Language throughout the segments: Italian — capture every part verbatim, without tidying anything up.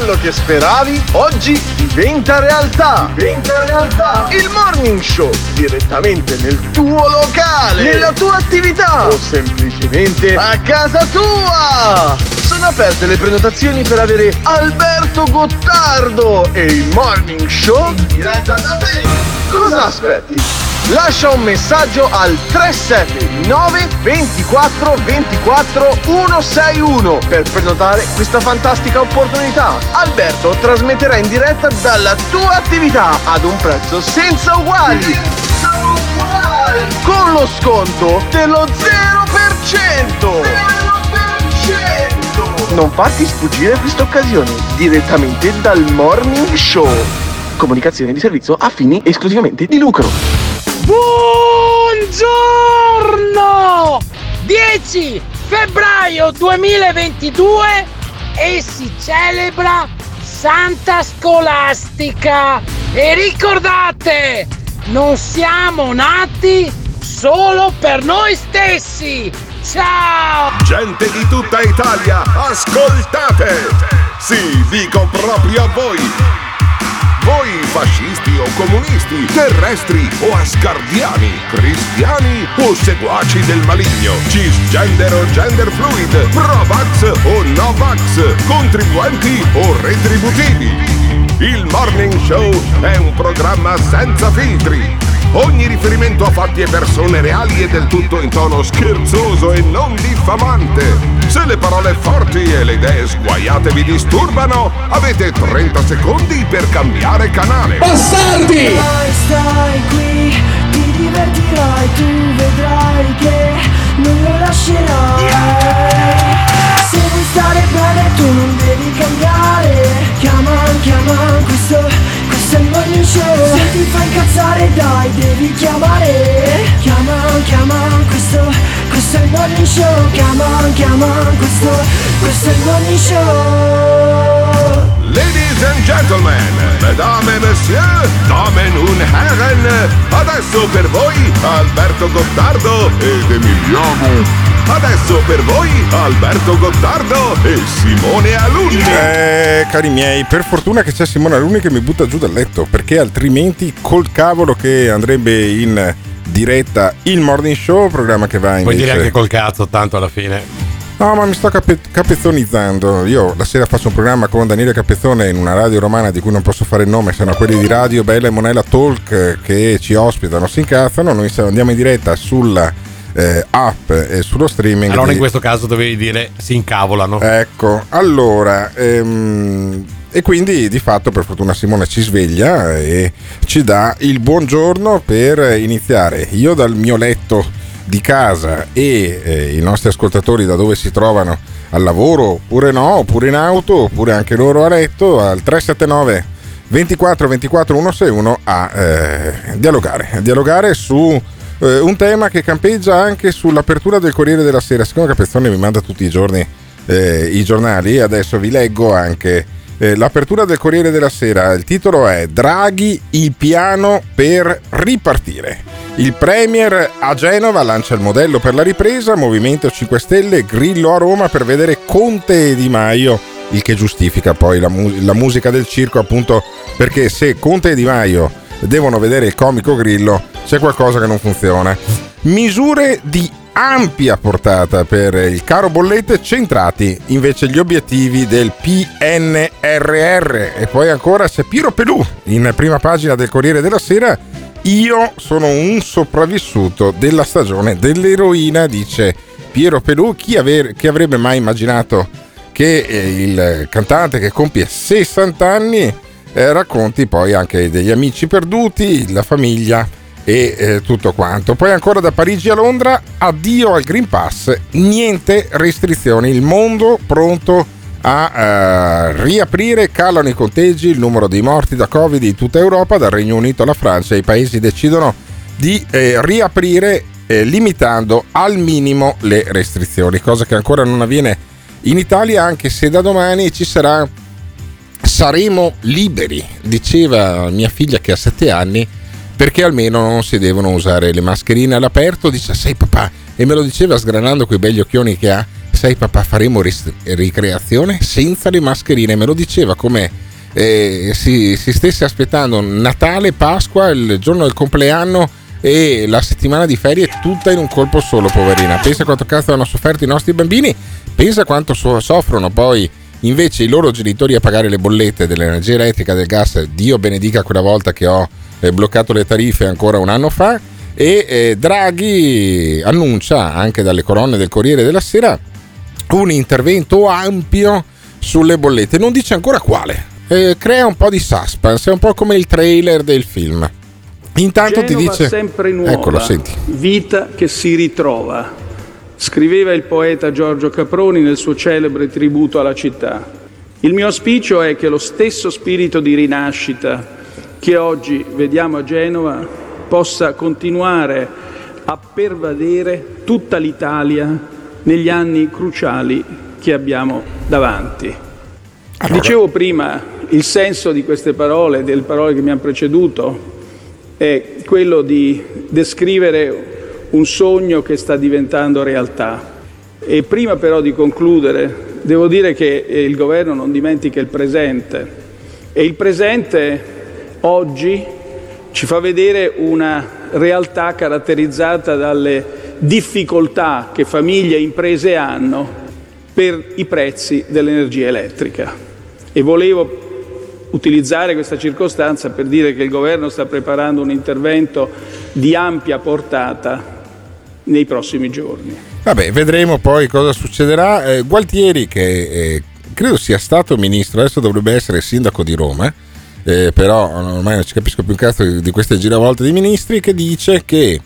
quello che speravi oggi diventa realtà. Diventa realtà. Il Morning Show direttamente nel tuo locale, nella tua attività o semplicemente a casa tua. Sono aperte le prenotazioni per avere Alberto Gottardo e il Morning Show in diretta da te. Cosa aspetti? Lascia un messaggio al tre sette nove ventiquattro ventiquattro centosessantuno per prenotare questa fantastica opportunità. Alberto trasmetterà in diretta dalla tua attività ad un prezzo senza uguali. Senza uguali! Con lo sconto dello zero per cento! zero per cento! Non farti sfuggire questa occasione direttamente dal Morning Show. Comunicazione di servizio a fini esclusivamente di lucro. Buongiorno! dieci febbraio duemilaventidue e si celebra Santa Scolastica. E ricordate, non siamo nati solo per noi stessi. Ciao! Gente di tutta Italia, ascoltate! Sì, dico proprio a voi! Voi fascisti o comunisti, terrestri o asgardiani, cristiani o seguaci del maligno, cisgender o gender fluid, pro-vax o no-vax, contribuenti o retributivi. Il Morning Show è un programma senza filtri. Ogni riferimento a fatti e persone reali è del tutto in tono scherzoso e non diffamante. Se le parole forti e le idee sguaiate vi disturbano, avete trenta secondi per cambiare canale. Bastardi! Stai, stai qui, ti divertirai, tu vedrai che non lo lascerai. Yeah! Se vuoi stare bene tu non devi cambiare. Chiama, chiama, questo, questo è il Morning Show. Se ti fa incazzare dai, devi chiamare. Chiama, chiama, questo, questo è il Morning Show. Chiama, chiama, questo, questo è il Morning Show. Ladies and gentlemen, mesdames et messieurs, damen und herren, adesso per voi Alberto Gottardo ed Emiliano. Adesso per voi Alberto Gottardo e Simone Alunni. Eh, cari miei, per fortuna che c'è Simone Alunni che mi butta giù dal letto, perché altrimenti col cavolo che andrebbe in diretta il Morning Show, programma che va in. Puoi dire anche col cazzo, tanto alla fine. No, ma mi sto cape- capezzonizzando. Io la sera faccio un programma con Daniele Capezzone in una radio romana di cui non posso fare il nome, se no quelli di Radio Bella e Monella Talk che ci ospitano si incazzano. Noi andiamo in diretta sulla eh, app e sullo streaming. Allora di... in questo caso dovevi dire si incavolano. Ecco, allora ehm, e quindi di fatto per fortuna Simone ci sveglia e ci dà il buongiorno per iniziare. Io dal mio letto di casa e eh, i nostri ascoltatori da dove si trovano al lavoro oppure no, oppure in auto, oppure anche loro a letto, al tre sette nove ventiquattro ventiquattro centosessantuno a eh, dialogare, a dialogare su eh, un tema che campeggia anche sull'apertura del Corriere della Sera. Siccome Capezzone mi manda tutti i giorni eh, i giornali, adesso vi leggo anche eh, l'apertura del Corriere della Sera. Il titolo è Draghi, il piano per ripartire. Il Premier a Genova lancia il modello per la ripresa, Movimento cinque Stelle, Grillo a Roma per vedere Conte e Di Maio, il che giustifica poi la, mu- la musica del circo, appunto perché se Conte e Di Maio devono vedere il comico Grillo c'è qualcosa che non funziona. Misure di ampia portata per il caro bollette, centrati invece gli obiettivi del P N R R. E poi ancora c'è Piero Pelù in prima pagina del Corriere della Sera. Io sono un sopravvissuto della stagione dell'eroina, dice Piero Pelù. Chi, aver, chi avrebbe mai immaginato che eh, il cantante che compie sessanta anni eh, racconti poi anche degli amici perduti, la famiglia e eh, tutto quanto. Poi ancora da Parigi a Londra, addio al Green Pass, niente restrizioni, il mondo pronto a uh, riaprire, calano i conteggi, il numero dei morti da Covid in tutta Europa, dal Regno Unito alla Francia, i paesi decidono di eh, riaprire eh, limitando al minimo le restrizioni, cosa che ancora non avviene in Italia, anche se da domani ci sarà saremo liberi, diceva mia figlia che ha sette anni, perché almeno non si devono usare le mascherine all'aperto. Dice sei papà, e me lo diceva sgranando quei begli occhioni che ha, sai papà, faremo ris- ricreazione senza le mascherine. Me lo diceva come eh, si, si stesse aspettando Natale, Pasqua, il giorno del compleanno e la settimana di ferie tutta in un colpo solo, poverina. Pensa quanto cazzo hanno sofferto i nostri bambini, pensa quanto so- soffrono poi invece i loro genitori a pagare le bollette dell'energia elettrica, del gas. Dio benedica quella volta che ho eh, bloccato le tariffe ancora un anno fa. E eh, Draghi annuncia anche dalle colonne del Corriere della Sera un intervento ampio sulle bollette, non dice ancora quale, eh, crea un po' di suspense, è un po' come il trailer del film. Intanto Genova ti dice sempre nuova, eccolo, senti. Vita che si ritrova, scriveva il poeta Giorgio Caproni nel suo celebre tributo alla città. Il mio auspicio è che lo stesso spirito di rinascita che oggi vediamo a Genova possa continuare a pervadere tutta l'Italia negli anni cruciali che abbiamo davanti. Allora. Dicevo prima, il senso di queste parole, delle parole che mi hanno preceduto, è quello di descrivere un sogno che sta diventando realtà. E prima però di concludere, devo dire che il governo non dimentica il presente. E il presente oggi ci fa vedere una realtà caratterizzata dalle difficoltà che famiglie e imprese hanno per i prezzi dell'energia elettrica. E volevo utilizzare questa circostanza per dire che il governo sta preparando un intervento di ampia portata nei prossimi giorni. Vabbè, vedremo poi cosa succederà. eh, Gualtieri, che eh, credo sia stato ministro, adesso dovrebbe essere sindaco di Roma, Eh, però ormai non ci capisco più un cazzo di, di queste giravolte di ministri, che dice che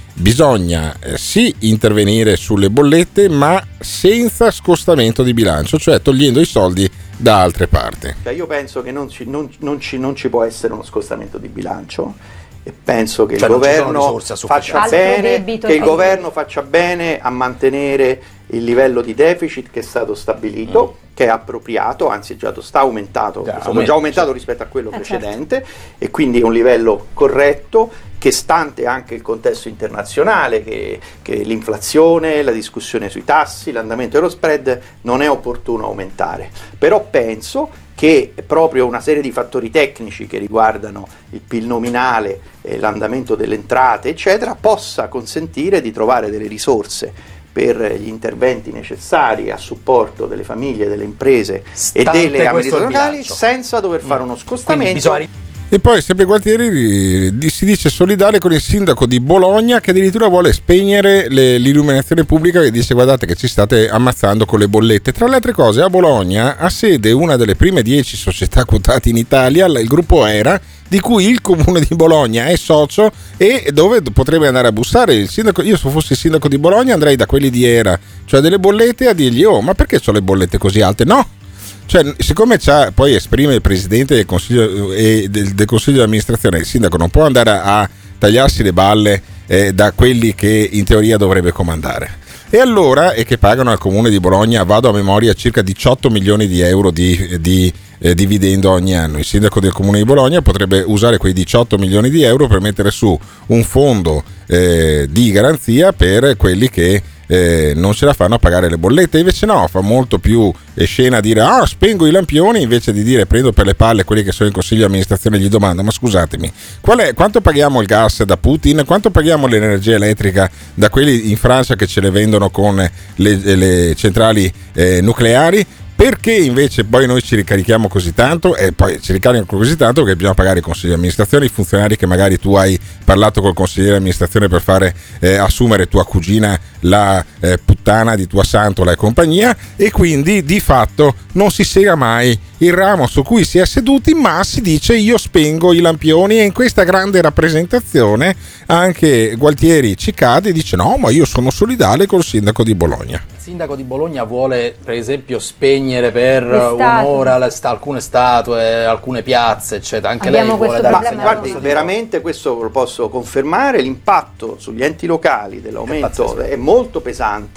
bisogna eh, sì intervenire sulle bollette ma senza scostamento di bilancio, cioè togliendo i soldi da altre parti. Io penso che non ci, non, non ci, non ci può essere uno scostamento di bilancio e penso che cioè il governo faccia bene, che il governo faccia bene a mantenere il livello di deficit che è stato stabilito, mm. che è appropriato, anzi è già sta aumentato, è stato già aumentato rispetto a quello eh precedente, certo. E quindi è un livello corretto che, stante anche il contesto internazionale, che, che l'inflazione, la discussione sui tassi, l'andamento dello spread, non è opportuno aumentare. Però penso che proprio una serie di fattori tecnici che riguardano il P I L nominale, eh, l'andamento delle entrate, eccetera, possa consentire di trovare delle risorse per gli interventi necessari a supporto delle famiglie, delle imprese Stante e delle amministrazioni locali senza dover fare uno scostamento. E poi sempre Gualtieri si dice solidale con il sindaco di Bologna, che addirittura vuole spegnere le, l'illuminazione pubblica, che dice guardate che ci state ammazzando con le bollette. Tra le altre cose, a Bologna ha sede una delle prime dieci società quotate in Italia, il gruppo Era, di cui il comune di Bologna è socio e dove potrebbe andare a bussare il sindaco. Io se fossi il sindaco di Bologna andrei da quelli di Era, cioè delle bollette, a dirgli oh ma perché ho le bollette così alte? No! Cioè, siccome c'ha, poi esprime il presidente del consiglio, eh, del, del consiglio di amministrazione, il sindaco non può andare a, a tagliarsi le balle eh, da quelli che in teoria dovrebbe comandare. E allora, e che pagano al comune di Bologna, vado a memoria, circa diciotto milioni di euro di, di eh, dividendo ogni anno. Il sindaco del comune di Bologna potrebbe usare quei diciotto milioni di euro per mettere su un fondo eh, di garanzia per quelli che Eh, non ce la fanno a pagare le bollette. Invece no, fa molto più eh, scena dire ah spengo i lampioni, invece di dire prendo per le palle quelli che sono in consiglio di amministrazione e gli domando ma scusatemi, qual è, quanto paghiamo il gas da Putin, quanto paghiamo l'energia elettrica da quelli in Francia che ce le vendono con le, le centrali eh, nucleari? Perché invece poi noi ci ricarichiamo così tanto? E poi ci ricarichiamo così tanto che bisogna pagare i consigli di amministrazione, i funzionari che magari tu hai parlato col consigliere di amministrazione per fare eh, assumere tua cugina, la eh, puttana di tua Santola e compagnia, e quindi di fatto non si sega mai il ramo su cui si è seduti, ma si dice io spengo i lampioni. E in questa grande rappresentazione anche Gualtieri ci cade e dice no ma io sono solidale col sindaco di Bologna. Il sindaco di Bologna vuole per esempio spegnere per un'ora le sta- alcune statue, alcune piazze eccetera, anche Abbiamo lei vuole dare. Ma guardi, veramente questo lo posso confermare, l'impatto sugli enti locali dell'aumento è, è molto pesante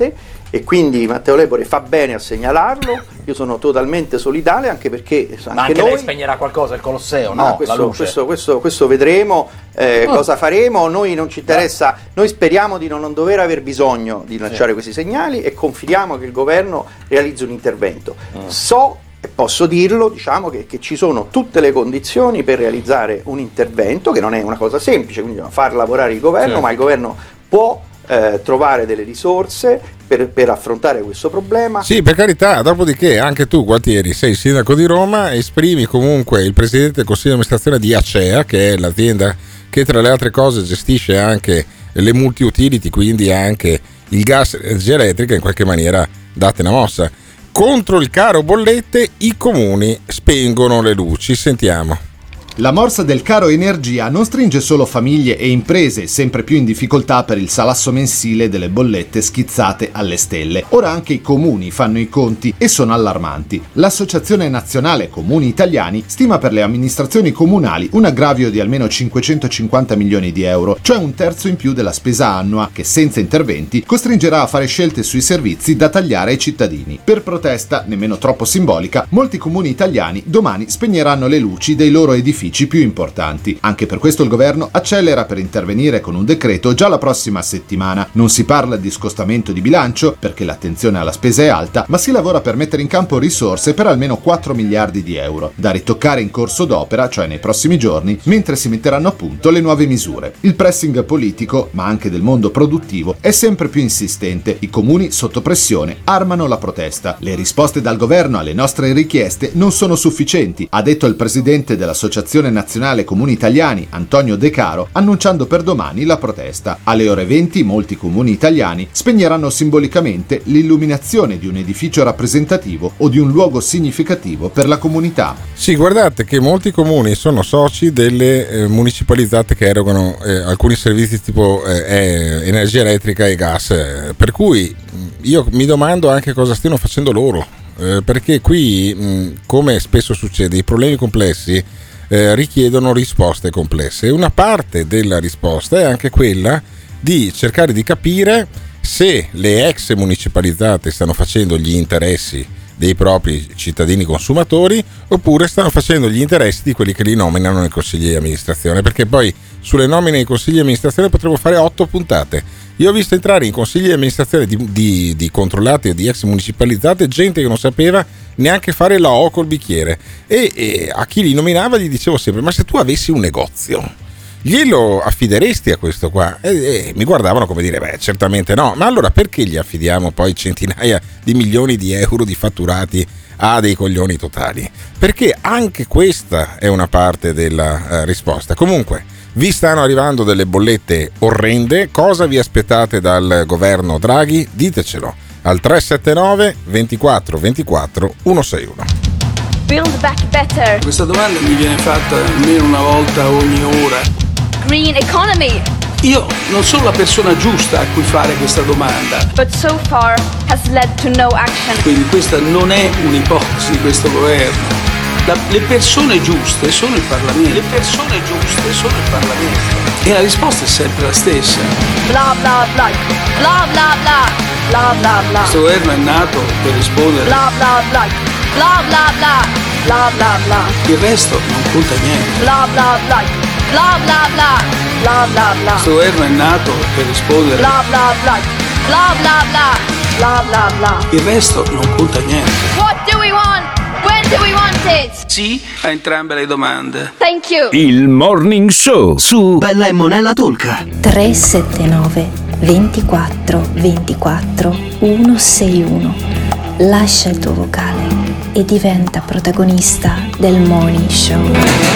e quindi Matteo Lepore fa bene a segnalarlo. Io sono totalmente solidale, anche perché anche, Ma anche noi lei spegnerà qualcosa il Colosseo, no? Ah, questo, La luce. questo, questo, questo vedremo eh, Oh. cosa faremo. Noi non ci interessa, noi speriamo di non, non dover aver bisogno di lanciare Sì. questi segnali e confidiamo che il governo realizzi un intervento. Mm. So e posso dirlo, diciamo che, che ci sono tutte le condizioni per realizzare un intervento, che non è una cosa semplice, quindi bisogna far lavorare il governo, Sì. ma il governo può eh, trovare delle risorse per, per affrontare questo problema. Sì, per carità, dopodiché anche tu, Gualtieri, sei sindaco di Roma, esprimi comunque il presidente del consiglio di amministrazione di Acea, che è l'azienda che tra le altre cose gestisce anche le multi-utility, quindi anche il gas e l'energia elettrica. In qualche maniera date una mossa. Contro il caro bollette i comuni spengono le luci. Sentiamo. La morsa del caro energia non stringe solo famiglie e imprese, sempre più in difficoltà per il salasso mensile delle bollette schizzate alle stelle. Ora anche i comuni fanno i conti e sono allarmanti. L'Associazione Nazionale Comuni Italiani stima per le amministrazioni comunali un aggravio di almeno cinquecentocinquanta milioni di euro, cioè un terzo in più della spesa annua che, senza interventi, costringerà a fare scelte sui servizi da tagliare ai cittadini. Per protesta, nemmeno troppo simbolica, molti comuni italiani domani spegneranno le luci dei loro edifici più importanti. Anche per questo il governo accelera per intervenire con un decreto già la prossima settimana. Non si parla di scostamento di bilancio perché l'attenzione alla spesa è alta, ma si lavora per mettere in campo risorse per almeno quattro miliardi di euro, da ritoccare in corso d'opera, cioè nei prossimi giorni, mentre si metteranno a punto le nuove misure. Il pressing politico, ma anche del mondo produttivo, è sempre più insistente. I comuni sotto pressione armano la protesta. Le risposte dal governo alle nostre richieste non sono sufficienti, ha detto il presidente dell'Associazione Nazionale Comuni Italiani, Antonio De Caro, annunciando per domani la protesta. Alle ore venti molti comuni italiani spegneranno simbolicamente l'illuminazione di un edificio rappresentativo o di un luogo significativo per la comunità. Sì, guardate che molti comuni sono soci delle eh, municipalizzate che erogano eh, alcuni servizi tipo eh, eh, energia elettrica e gas, eh, per cui io mi domando anche cosa stiano facendo loro, eh, perché qui, mh, come spesso succede, i problemi complessi Eh, richiedono risposte complesse e una parte della risposta è anche quella di cercare di capire se le ex municipalizzate stanno facendo gli interessi dei propri cittadini consumatori oppure stanno facendo gli interessi di quelli che li nominano nei consigli di amministrazione, perché poi sulle nomine nei consigli di amministrazione potremmo fare otto puntate. Io ho visto entrare in consigli di amministrazione di, di, di controllati o di ex municipalizzate gente che non sapeva neanche fare la O col bicchiere e, e a chi li nominava gli dicevo sempre: ma se tu avessi un negozio glielo affideresti a questo qua? E, e mi guardavano come dire: beh, certamente no. Ma allora perché gli affidiamo poi centinaia di milioni di euro di fatturati a dei coglioni totali? Perché anche questa è una parte della uh, risposta. Comunque vi stanno arrivando delle bollette orrende. Cosa vi aspettate dal governo Draghi? Ditecelo al tre sette nove ventiquattro ventiquattro centosessantuno. Build back better. Questa domanda mi viene fatta almeno una volta ogni ora. Green economy. Io non sono la persona giusta a cui fare questa domanda. But so far has led to no action. Quindi questa non è un'ipotesi di questo governo. La, le persone giuste sono il Parlamento. Le persone giuste sono il Parlamento. E la risposta è sempre la stessa. Bla bla bla. Bla bla bla. Bla bla bla. Questo governo è nato per rispondere. Bla bla bla. Bla bla bla. Bla bla bla. Il resto non conta niente. Bla bla bla. Bla bla bla. Bla bla bla. Questo governo è nato per rispondere. Bla bla bla. Bla bla bla. Bla bla bla. Il resto non conta niente. What do we want? When do we want it? Sì a entrambe le domande. Thank you. Il Morning Show su Bella e Monella Talk. tre sette nove ventiquattro ventiquattro centosessantuno. Lascia il tuo vocale e diventa protagonista del Morning Show.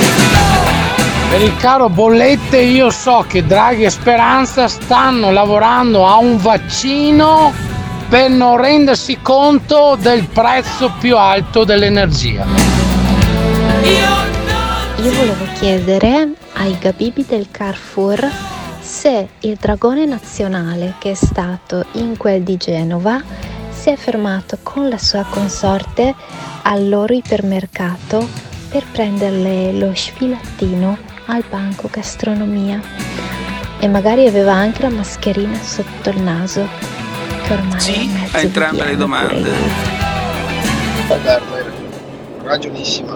Per il caro bollette, io so che Draghi e Speranza stanno lavorando a un vaccino per non rendersi conto del prezzo più alto dell'energia. Io volevo chiedere ai gabibi del Carrefour se il dragone nazionale che è stato in quel di Genova si è fermato con la sua consorte al loro ipermercato per prenderle lo sfilattino al banco gastronomia e magari aveva anche la mascherina sotto il naso, che fermare Sì, i mezzi a entrambe di le pieno domande. Ragionissima.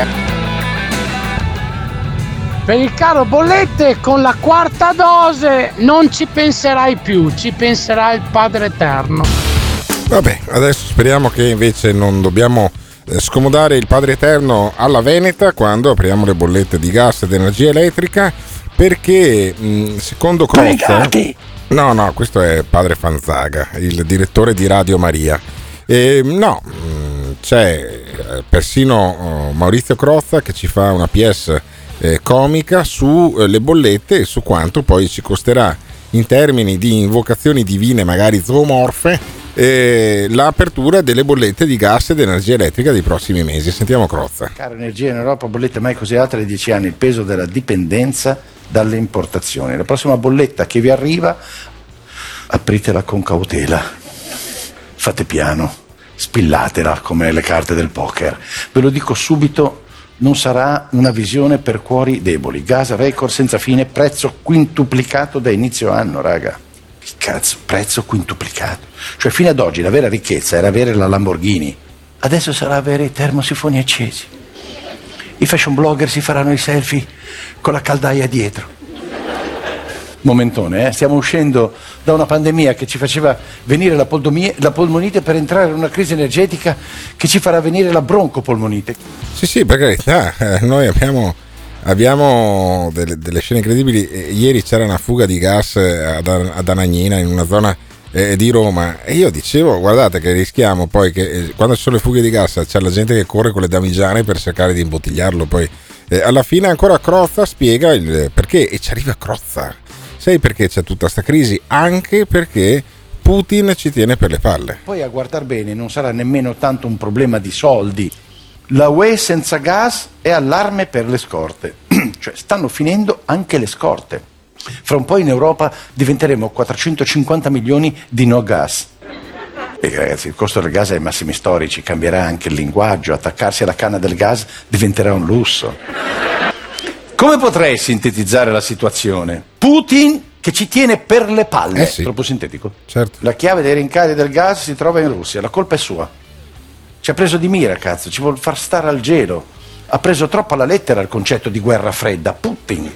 Per il caro bollette, con la quarta dose non ci penserai più, ci penserà il Padre Eterno. Vabbè, adesso speriamo che invece non dobbiamo eh, scomodare il Padre Eterno alla Veneta quando apriamo le bollette di gas ed energia elettrica, perché mh, secondo Crozza... No, no, questo è Padre Fanzaga, il direttore di Radio Maria. E, no, mh, c'è persino uh, Maurizio Crozza che ci fa una P S eh, comica sulle eh, bollette e su quanto poi ci costerà in termini di invocazioni divine magari zoomorfe eh, l'apertura delle bollette di gas ed energia elettrica dei prossimi mesi. Sentiamo Crozza. Cara energia in Europa, bollette mai così alte da dieci anni, il peso della dipendenza dalle importazioni. La prossima bolletta che vi arriva, apritela con cautela, fate piano, spillatela come le carte del poker. Ve lo dico subito, non sarà una visione per cuori deboli. Gas record senza fine, prezzo quintuplicato da inizio anno, raga. Che cazzo, prezzo quintuplicato. Cioè fino ad oggi la vera ricchezza era avere la Lamborghini, adesso sarà avere i termosifoni accesi. I fashion blogger si faranno i selfie con la caldaia dietro. Momentone, eh? Stiamo uscendo da una pandemia che ci faceva venire la, poldomie, la polmonite per entrare in una crisi energetica che ci farà venire la broncopolmonite. Sì, sì, per carità, eh, noi abbiamo, abbiamo delle, delle scene incredibili. Eh, ieri c'era una fuga di gas ad, ad Anagnina, in una zona eh, di Roma, e io dicevo, guardate che rischiamo poi che eh, quando ci sono le fughe di gas c'è la gente che corre con le damigiane per cercare di imbottigliarlo, poi eh, alla fine ancora Crozza spiega il perché, e ci arriva Crozza. Sai perché c'è tutta sta crisi? Anche perché Putin ci tiene per le palle. Poi a guardar bene non sarà nemmeno tanto un problema di soldi. La U E senza gas è allarme per le scorte. Cioè stanno finendo anche le scorte. Fra un po' in Europa diventeremo quattrocentocinquanta milioni di no gas. E ragazzi, il costo del gas è ai massimi storici, cambierà anche il linguaggio, attaccarsi alla canna del gas diventerà un lusso. Come potrei sintetizzare la situazione? Putin che ci tiene per le palle. Eh sì. Troppo sintetico? Certo. La chiave dei rincari del gas si trova in Russia, la colpa è sua. Ci ha preso di mira, cazzo, ci vuol far stare al gelo. Ha preso troppo alla lettera il concetto di guerra fredda. Putin.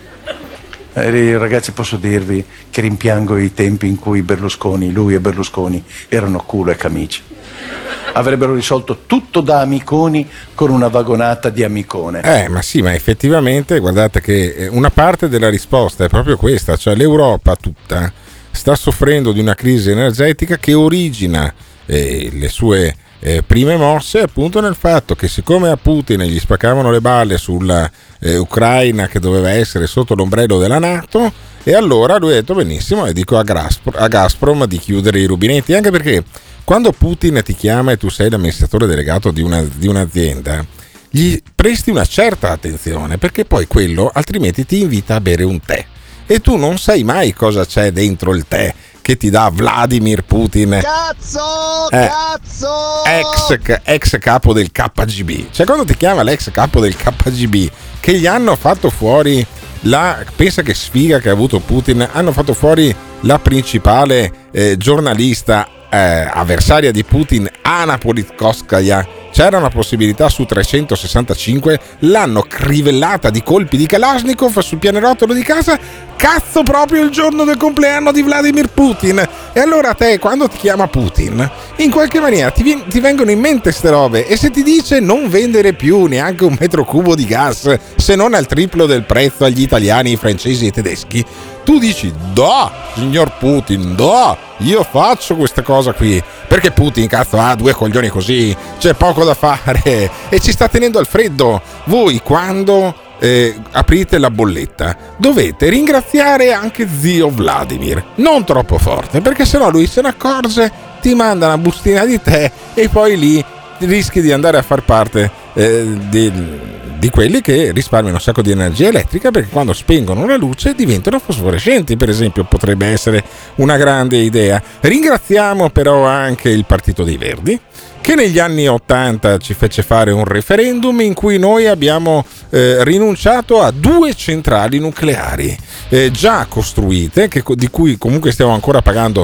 Eh, ragazzi, posso dirvi che rimpiango i tempi in cui Berlusconi, lui e Berlusconi, erano culo e camicia. Avrebbero risolto tutto da amiconi con una vagonata di amicone. Eh, ma sì, ma effettivamente guardate che una parte della risposta è proprio questa, cioè l'Europa tutta sta soffrendo di una crisi energetica che origina eh, le sue eh, prime mosse appunto nel fatto che, siccome a Putin gli spaccavano le balle sulla eh, Ucraina che doveva essere sotto l'ombrello della NATO, e allora lui ha detto benissimo, e dico a, Gazprom, a Gazprom di chiudere i rubinetti, anche perché quando Putin ti chiama e tu sei l'amministratore delegato di, una, di un'azienda, gli presti una certa attenzione, perché poi quello altrimenti ti invita a bere un tè e tu non sai mai cosa c'è dentro il tè che ti dà Vladimir Putin, Cazzo, eh, cazzo! ex, ex capo del K G B. Cioè quando ti chiama l'ex capo del K G B, che gli hanno fatto fuori la, pensa che sfiga che ha avuto Putin, hanno fatto fuori la principale eh, giornalista eh, avversaria di Putin, Anna Politkovskaya. C'era una possibilità su trecentosessantacinque, l'hanno crivellata di colpi di Kalashnikov sul pianerottolo di casa, cazzo, proprio il giorno del compleanno di Vladimir Putin. E allora te, quando ti chiama Putin, in qualche maniera ti, vi- ti vengono in mente ste robe, e se ti dice non vendere più neanche un metro cubo di gas, se non al triplo del prezzo agli italiani, francesi e tedeschi, tu dici, da, signor Putin, da, io faccio questa cosa qui, perché Putin, cazzo, ha due coglioni così, c'è poco da fare e ci sta tenendo al freddo. Voi quando eh, aprite la bolletta dovete ringraziare anche zio Vladimir, non troppo forte, perché sennò lui se ne accorge, ti manda una bustina di tè e poi lì rischi di andare a far parte eh, di, di quelli che risparmiano un sacco di energia elettrica, perché quando spengono la luce diventano fosforescenti, per esempio. Potrebbe essere una grande idea. Ringraziamo però anche il Partito dei Verdi, che negli anni ottanta ci fece fare un referendum in cui noi abbiamo eh, rinunciato a due centrali nucleari eh, già costruite, che, di cui comunque stiamo ancora pagando sia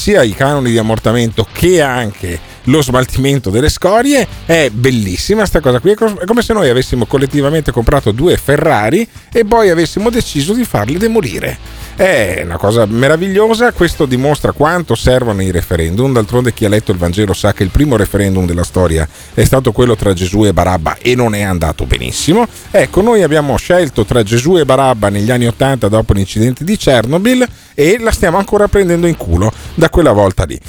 sia i canoni di ammortamento che anche lo smaltimento delle scorie. È bellissima sta cosa qui, è come se noi avessimo collettivamente comprato due Ferrari e poi avessimo deciso di farle demolire. È una cosa meravigliosa, questo dimostra quanto servono i referendum. D'altronde chi ha letto il Vangelo sa che il primo referendum della storia è stato quello tra Gesù e Barabba e non è andato benissimo. Ecco, noi abbiamo scelto tra Gesù e Barabba negli anni ottanta dopo l'incidente di Chernobyl e la stiamo ancora prendendo in culo da quella volta lì.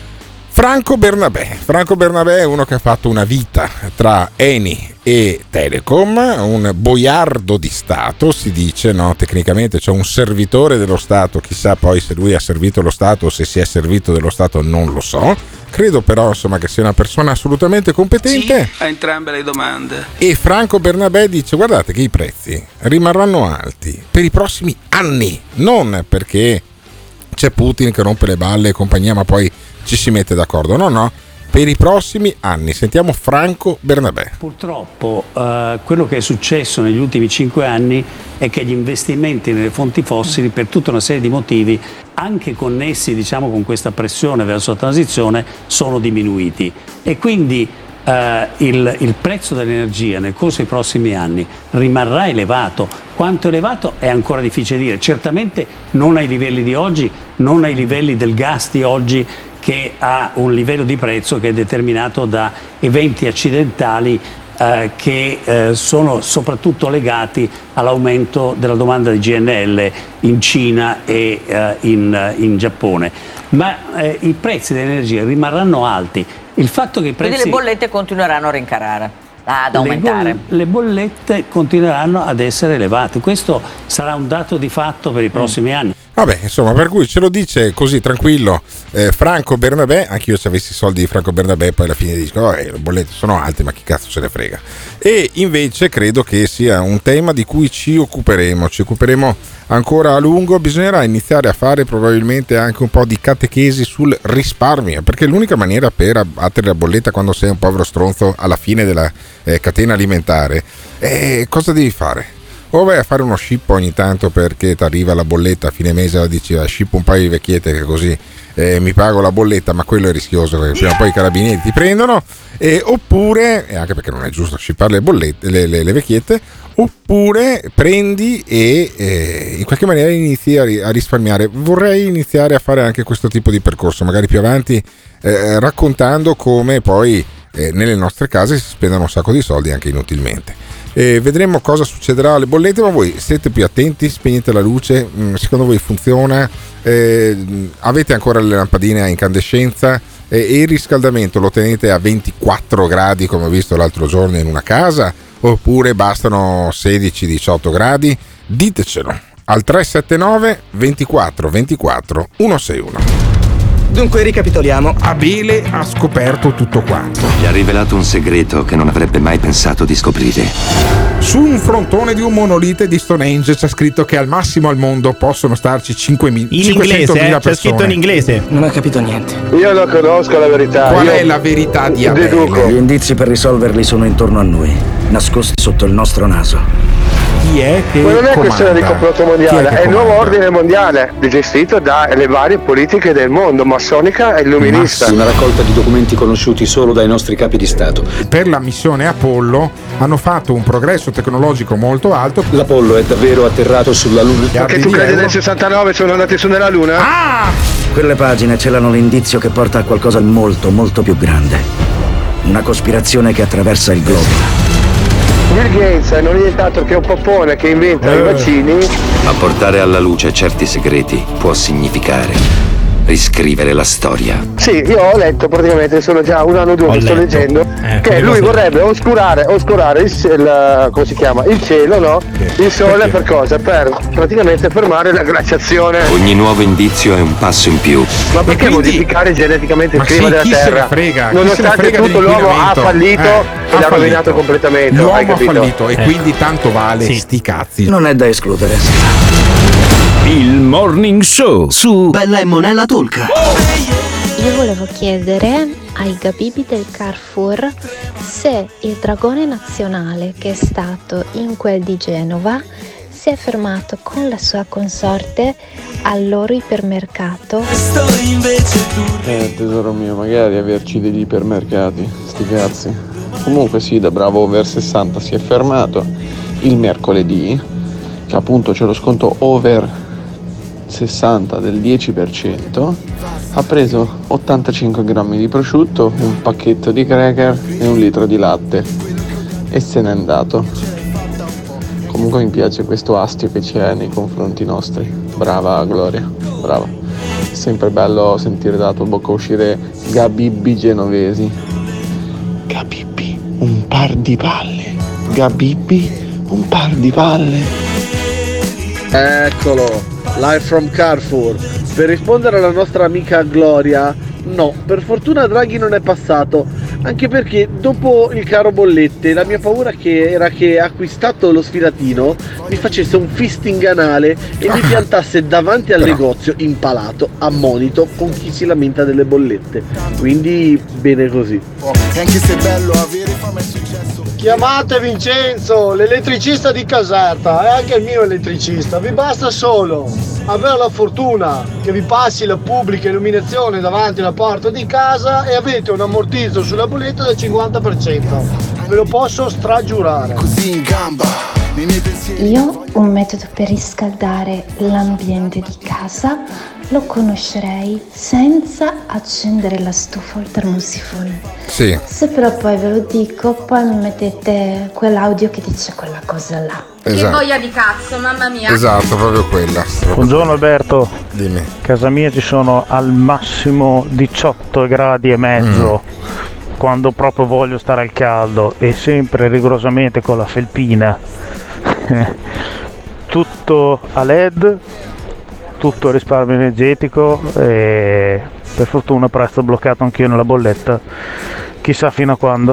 Franco Bernabé. Franco Bernabé è uno che ha fatto una vita tra Eni e Telecom, un boiardo di Stato, si dice, no? Tecnicamente, cioè un servitore dello Stato, chissà poi se lui ha servito lo Stato o se si è servito dello Stato, non lo so. Credo però, insomma, che sia una persona assolutamente competente. Sì, a entrambe le domande. E Franco Bernabé dice: guardate che i prezzi rimarranno alti per i prossimi anni, non perché c'è Putin che rompe le balle e compagnia, ma poi ci si mette d'accordo, no no, per i prossimi anni. Sentiamo Franco Bernabé. Purtroppo eh, quello che è successo negli ultimi cinque anni è che gli investimenti nelle fonti fossili, per tutta una serie di motivi anche connessi, diciamo, con questa pressione verso la transizione, sono diminuiti e quindi eh, il, il prezzo dell'energia nel corso dei prossimi anni rimarrà elevato. Quanto elevato è ancora difficile dire, certamente non ai livelli di oggi, non ai livelli del gas di oggi, che ha un livello di prezzo che è determinato da eventi accidentali eh, che eh, sono soprattutto legati all'aumento della domanda di G N L in Cina e eh, in, in Giappone. Ma eh, i prezzi dell'energia rimarranno alti. Il fatto che i prezzi... Quindi le bollette continueranno a rincarare, ad aumentare. Le, boll- le bollette continueranno ad essere elevate. Questo sarà un dato di fatto per i prossimi mm. anni. Vabbè, insomma, per cui ce lo dice così tranquillo eh, Franco Bernabé. Anche io, se avessi i soldi di Franco Bernabé, poi alla fine dico oh, eh, le bollette sono alte, ma chi cazzo se ne frega. E invece credo che sia un tema di cui ci occuperemo ci occuperemo ancora a lungo. Bisognerà iniziare a fare probabilmente anche un po' di catechesi sul risparmio, perché l'unica maniera per abbattere la bolletta quando sei un povero stronzo alla fine della eh, catena alimentare è cosa devi fare? O vai a fare uno scippo ogni tanto perché ti arriva la bolletta a fine mese, dici ah, scippo un paio di vecchiette che così eh, mi pago la bolletta, ma quello è rischioso perché prima o poi i carabinieri ti prendono. E oppure, e anche perché non è giusto scippare le bollette, le, le, le vecchiette, oppure prendi e eh, in qualche maniera inizi a, a risparmiare. Vorrei iniziare a fare anche questo tipo di percorso, magari più avanti, eh, raccontando come poi eh, nelle nostre case si spendono un sacco di soldi anche inutilmente. Eh, vedremo cosa succederà alle bollette, ma voi siete più attenti, spegnete la luce, mm, secondo voi funziona? Eh, avete ancora le lampadine a incandescenza eh, e il riscaldamento lo tenete a ventiquattro gradi come ho visto l'altro giorno in una casa, oppure bastano sedici diciotto gradi? Ditecelo al tre sette nove ventiquattro ventiquattro centosessantuno. Dunque ricapitoliamo. Abele ha scoperto tutto quanto. Gli ha rivelato un segreto che non avrebbe mai pensato di scoprire. Su un frontone di un monolite di Stonehenge c'è scritto che al massimo al mondo possono starci cinquemila in inglese, eh? persone. C'è scritto in inglese. Non ho capito niente. Io non conosco la verità. Qual Io è la verità di Abele? deduco. Gli indizi per risolverli sono intorno a noi, nascosti sotto il nostro naso. Chi è che Ma non è comanda? questione di complotto mondiale, Chi è, è il nuovo comanda? ordine mondiale gestito dalle varie politiche del mondo, massonica e illuminista. Una raccolta di documenti conosciuti solo dai nostri capi di Stato. Per la missione Apollo hanno fatto un progresso tecnologico molto alto. L'Apollo è davvero atterrato sulla Luna. Perché tu credi nel sessantanove sono andati su nella Luna? Ah! Quelle pagine celano l'indizio che porta a qualcosa di molto, molto più grande. Una cospirazione che attraversa il globo. Bill Gates non è nient'altro che un poppone che inventa Eh. i vaccini. Ma portare alla luce certi segreti può significare riscrivere la storia. Sì, io ho letto praticamente, sono già un anno o due Ho che sto letto. leggendo, Eh, che come lui cosa? vorrebbe oscurare, oscurare il, il, come si chiama? Il cielo, no? Il sole per cosa? Per praticamente fermare la glaciazione. Ogni nuovo indizio è un passo in più. Ma perché quindi- modificare geneticamente il Ma clima sì, della chi se ne Terra? frega? Chi se ne Nonostante frega tutto l'uomo ha dell'inquinamento? fallito Eh, e ha l'ha fallito. rovinato completamente. L'uomo hai ha capito? fallito e Eh. quindi tanto vale Sì. sti cazzi. Non è da escludere. Il Morning Show su Bella e Monella Talk. Io volevo chiedere ai Gabibi del Carrefour se il dragone nazionale che è stato in quel di Genova si si è fermato con la sua consorte al loro ipermercato. Eh tesoro mio, magari averci degli ipermercati, sti cazzi. Comunque sì, da bravo over sessanta si è fermato il mercoledì, che appunto c'è lo sconto over sessanta del dieci per cento, ha preso ottantacinque grammi di prosciutto, un pacchetto di cracker e un litro di latte e se n'è andato. Comunque mi piace questo astio che c'è nei confronti nostri. Brava Gloria, brava. È sempre bello sentire dalla tua bocca uscire Gabibbi genovesi. Gabibbi, un par di palle. Gabibbi, un par di palle. Eccolo, live from Carrefour. Per rispondere alla nostra amica Gloria, no, per fortuna Draghi non è passato, anche perché dopo il caro bollette la mia paura che era che acquistato lo sfilatino mi facesse un fisting anale e mi piantasse davanti al negozio impalato, ammonito, con chi si lamenta delle bollette. Quindi bene così. E anche se è bello avere fama e successo. Chiamate Vincenzo, l'elettricista di Caserta, è anche il mio elettricista, vi basta solo avere la fortuna che vi passi la pubblica illuminazione davanti alla porta di casa e avete un ammortizzo sulla bolletta del cinquanta per cento, ve lo posso stragiurare. Così in gamba. Io un metodo per riscaldare l'ambiente di casa lo conoscerei senza accendere la stufa o il termosifone. Sì. Se però poi ve lo dico, poi mi mettete quell'audio che dice quella cosa là. Esatto. Che voglia di cazzo, mamma mia. Esatto, proprio quella. Buongiorno Alberto. Dimmi. A casa mia ci sono al massimo diciotto gradi e mezzo mm. quando proprio voglio stare al caldo e sempre rigorosamente con la felpina. Tutto a L E D, tutto risparmio energetico e per fortuna presto bloccato anch'io nella bolletta, chissà fino a quando.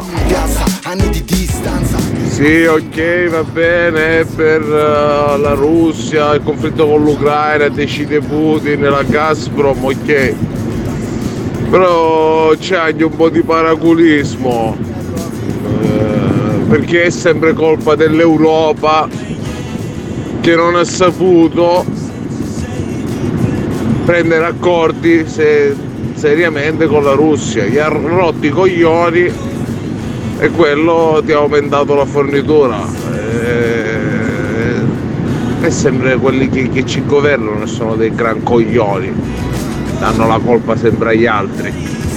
Sì, ok, va bene, per uh, la Russia, il conflitto con l'Ucraina, decide Putin, la Gazprom, ok, però c'è anche un po' di paraculismo, eh, perché è sempre colpa dell'Europa che non ha saputo prendere accordi se, seriamente con la Russia, gli ha rotti i coglioni e quello ti ha aumentato la fornitura. E, e sempre quelli che, che ci governano sono dei gran coglioni, danno la colpa sempre agli altri.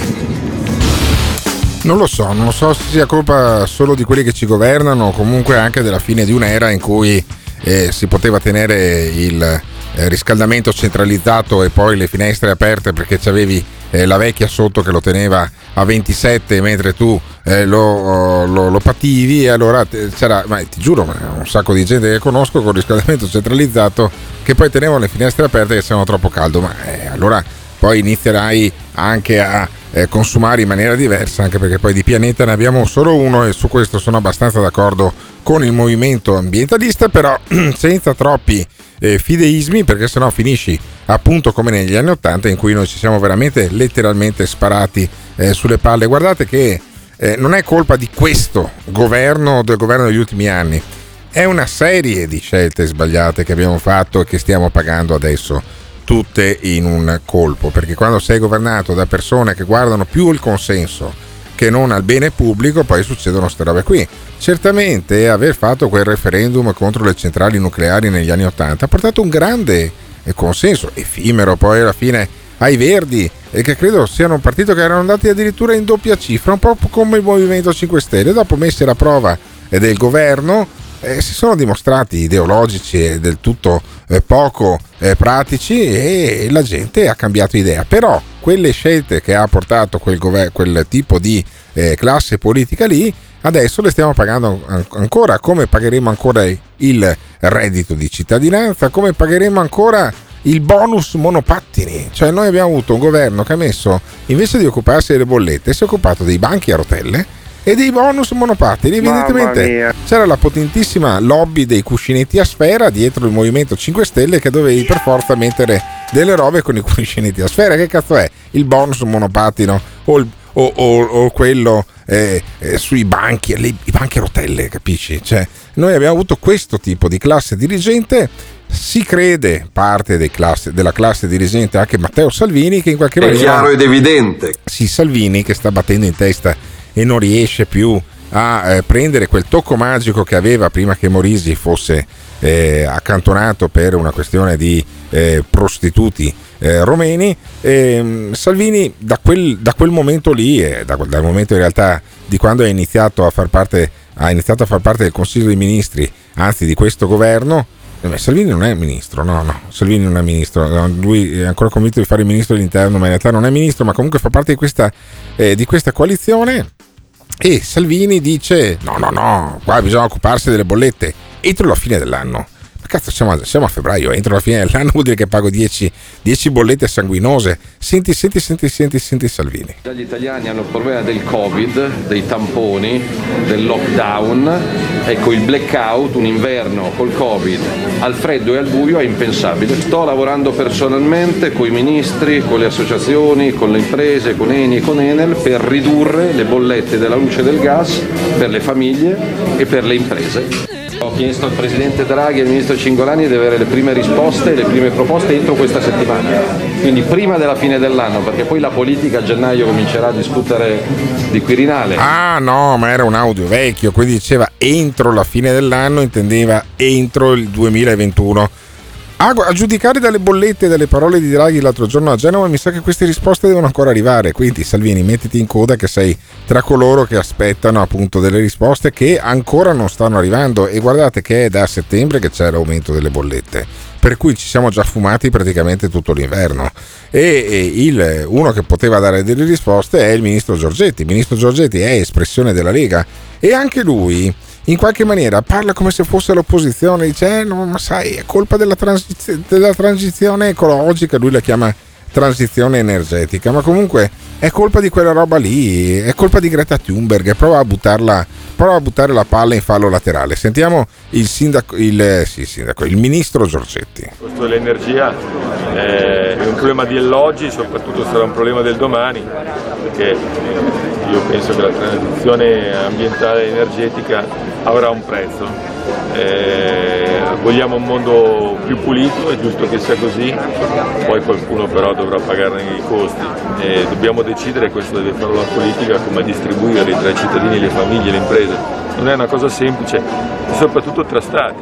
Non lo so, non so se sia colpa solo di quelli che ci governano o comunque anche della fine di un'era in cui eh, si poteva tenere il eh, riscaldamento centralizzato e poi le finestre aperte perché c'avevi eh, la vecchia sotto che lo teneva a ventisette mentre tu eh, lo, lo, lo pativi e allora c'era, ma ti giuro, un sacco di gente che conosco con riscaldamento centralizzato che poi tenevano le finestre aperte che c'erano troppo caldo, ma eh, allora poi inizierai anche a eh, consumare in maniera diversa, anche perché poi di pianeta ne abbiamo solo uno e su questo sono abbastanza d'accordo con il movimento ambientalista, però senza troppi eh, fideismi, perché sennò finisci appunto come negli anni ottanta in cui noi ci siamo veramente letteralmente sparati eh, sulle palle. Guardate che eh, non è colpa di questo governo, del governo degli ultimi anni, è una serie di scelte sbagliate che abbiamo fatto e che stiamo pagando adesso tutte in un colpo, perché quando sei governato da persone che guardano più il consenso che non al bene pubblico, poi succedono queste robe qui. Certamente aver fatto quel referendum contro le centrali nucleari negli anni ottanta ha portato un grande consenso, effimero poi alla fine ai Verdi, e che credo siano un partito che erano andati addirittura in doppia cifra, un po' come il Movimento cinque Stelle, dopo messi alla prova del governo Eh, si sono dimostrati ideologici e del tutto eh, poco eh, pratici e la gente ha cambiato idea. Però quelle scelte che ha portato quel, gover- quel tipo di eh, classe politica lì adesso le stiamo pagando an- ancora, come pagheremo ancora il reddito di cittadinanza, come pagheremo ancora il bonus monopattini. Cioè noi abbiamo avuto un governo che ha messo, invece di occuparsi delle bollette, si è occupato dei banchi a rotelle e dei bonus monopattini. Evidentemente c'era la potentissima lobby dei cuscinetti a sfera dietro il Movimento cinque Stelle che dovevi per forza mettere delle robe con i cuscinetti a sfera. Che cazzo è il bonus monopattino o il, o, o, o quello eh, eh, sui banchi, le, i banchi a rotelle, capisci? Cioè, noi abbiamo avuto questo tipo di classe dirigente. Si crede parte dei classe, della classe dirigente anche Matteo Salvini, che in qualche maniera è chiaro ed evidente. Sì, Salvini che sta battendo in testa e non riesce più a eh, prendere quel tocco magico che aveva prima che Morisi fosse eh, accantonato per una questione di eh, prostituti eh, romeni. E, Salvini da quel, da quel momento lì, e da, dal momento in realtà di quando ha iniziato a far parte ha iniziato a far parte del Consiglio dei Ministri, anzi di questo governo. Salvini non è ministro, no, no, Salvini non è ministro, no, lui è ancora convinto di fare il ministro dell'interno, ma in realtà non è ministro, ma comunque fa parte di questa, eh, di questa coalizione. E Salvini dice: no, no, no, qua bisogna occuparsi delle bollette entro la fine dell'anno. Ma cazzo, siamo a, siamo a febbraio, entro la fine dell'anno vuol dire che pago dieci bollette sanguinose. Senti, senti, senti, senti, senti Salvini. Gli italiani hanno il problema del Covid, dei tamponi, del lockdown. Ecco, il blackout, un inverno col Covid, al freddo e al buio è impensabile. Sto lavorando personalmente con i ministri, con le associazioni, con le imprese, con Eni e con Enel per ridurre le bollette della luce e del gas per le famiglie e per le imprese. Ho chiesto al Presidente Draghi e al Ministro Cingolani di avere le prime risposte e le prime proposte entro questa settimana, quindi prima della fine dell'anno, perché poi la politica a gennaio comincerà a discutere di Quirinale. Ah no, ma era un audio vecchio, quindi diceva entro la fine dell'anno, intendeva entro il duemilaventuno. A, a giudicare dalle bollette e dalle parole di Draghi l'altro giorno a Genova, mi sa che queste risposte devono ancora arrivare, quindi Salvini mettiti in coda che sei tra coloro che aspettano appunto delle risposte che ancora non stanno arrivando. E guardate che è da settembre che c'è l'aumento delle bollette, per cui ci siamo già fumati praticamente tutto l'inverno. E, e il, uno che poteva dare delle risposte è il ministro Giorgetti. Il ministro Giorgetti è espressione della Lega e anche lui in qualche maniera parla come se fosse l'opposizione, dice eh, no, ma sai, è colpa della, transiz- della transizione ecologica, lui la chiama transizione energetica, ma comunque è colpa di quella roba lì, è colpa di Greta Thunberg, prova a buttarla, prova a buttare la palla in fallo laterale. Sentiamo il sindaco, il, sì, sindaco, il ministro Giorgetti. Il costo dell'energia è un problema di oggi, soprattutto sarà un problema del domani, perché io penso che la transizione ambientale e energetica avrà un prezzo. Eh, vogliamo un mondo più pulito, è giusto che sia così, poi qualcuno però dovrà pagarne i costi e dobbiamo decidere, questo deve fare la politica, come distribuire tra i cittadini, le famiglie, le imprese. Non è una cosa semplice, soprattutto tra stati,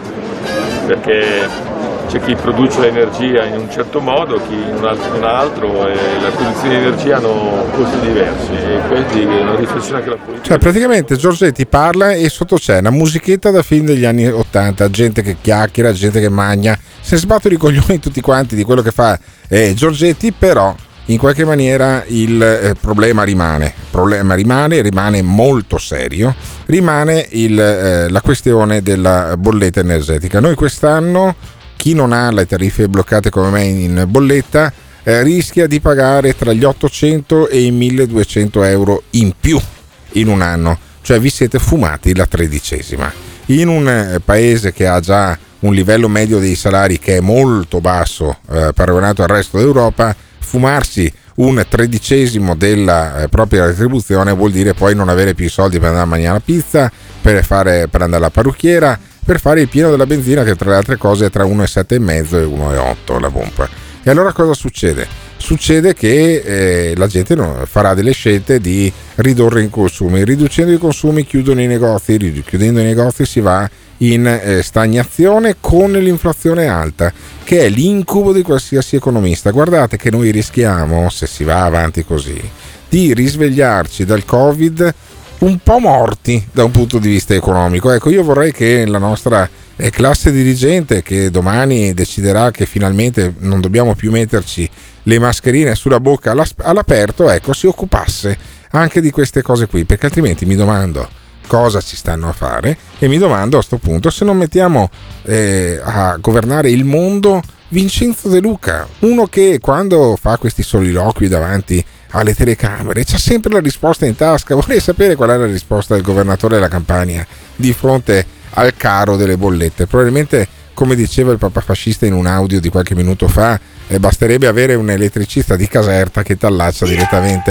perché c'è chi produce l'energia in un certo modo, chi in un altro, in un altro, e la produzione di energia hanno costi diversi, e quindi è una riflessione che la politica... Cioè praticamente Giorgetti parla e sotto c'è una musichetta da film degli anni ottanta, gente che chiacchiera, gente che magna, se sbattono i coglioni tutti quanti di quello che fa eh, Giorgetti, però in qualche maniera il eh, problema rimane, il problema rimane, rimane molto serio, rimane il, eh, la questione della bolletta energetica. Noi quest'anno, chi non ha le tariffe bloccate come me in bolletta eh, rischia di pagare tra gli ottocento e i milleduecento euro in più in un anno, cioè vi siete fumati la tredicesima. In un eh, paese che ha già un livello medio dei salari che è molto basso eh, paragonato al resto d'Europa, fumarsi un tredicesimo della eh, propria retribuzione vuol dire poi non avere più i soldi per andare a mangiare la pizza, per, fare, per andare alla parrucchiera, per fare il pieno della benzina, che tra le altre cose è tra uno virgola sette e mezzo e uno virgola otto la pompa. E allora cosa succede? Succede che eh, la gente non, farà delle scelte di ridurre i consumi. Riducendo i consumi chiudono i negozi, chiudendo i negozi si va in eh, stagnazione con l'inflazione alta, che è l'incubo di qualsiasi economista. Guardate che noi rischiamo, se si va avanti così, di risvegliarci dal Covid un po' morti da un punto di vista economico. Ecco, io vorrei che la nostra eh, classe dirigente, che domani deciderà che finalmente non dobbiamo più metterci le mascherine sulla bocca all'aperto, ecco, si occupasse anche di queste cose qui, perché altrimenti mi domando cosa ci stanno a fare e mi domando a sto punto se non mettiamo eh, a governare il mondo Vincenzo De Luca, uno che quando fa questi soliloqui davanti alle telecamere c'ha sempre la risposta in tasca. Vorrei sapere qual è la risposta del governatore della Campania di fronte al caro delle bollette. Probabilmente, come diceva il papa fascista in un audio di qualche minuto fa, eh, basterebbe avere un elettricista di Caserta che t'allaccia direttamente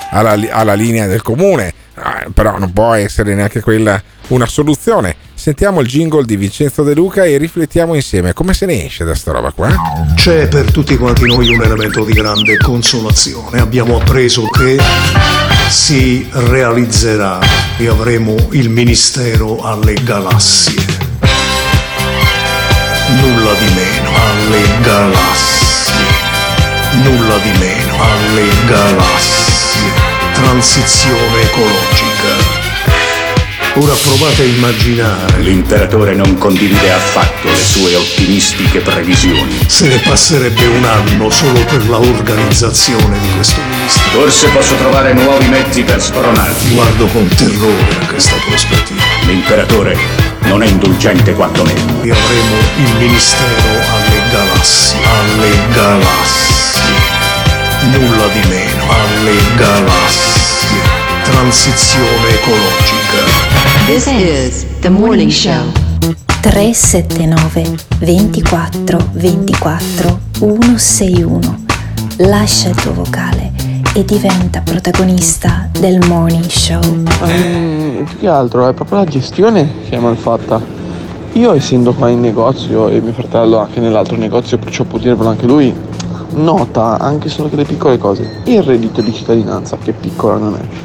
alla, alla linea del comune, eh, però non può essere neanche quella una soluzione. Sentiamo il jingle di Vincenzo De Luca e riflettiamo insieme come se ne esce da sta roba qua. C'è per tutti quanti noi un elemento di grande consolazione. Abbiamo appreso che si realizzerà e avremo il ministero alle galassie. Nulla di meno alle galassie. Nulla di meno alle galassie. Transizione ecologica. Ora provate a immaginare. L'imperatore non condivide affatto le sue ottimistiche previsioni. Se ne passerebbe un anno solo per la organizzazione di questo ministero. Forse posso trovare nuovi mezzi per spronarvi. Guardo con terrore a questa prospettiva. L'imperatore non è indulgente quanto me. E avremo il ministero alle galassie. Alle galassie. Nulla di meno. Alle galassie. Transizione ecologica. This is the morning show. tre sette nove ventiquattro ventiquattro centosessantuno. Lascia il tuo vocale e diventa protagonista del morning show. Um, più che altro è proprio la gestione che è mal fatta. Io, essendo qua in negozio e mio fratello anche nell'altro negozio, perciò può dirvelo anche lui, nota anche solo che le piccole cose. Il reddito di cittadinanza, che piccola non è,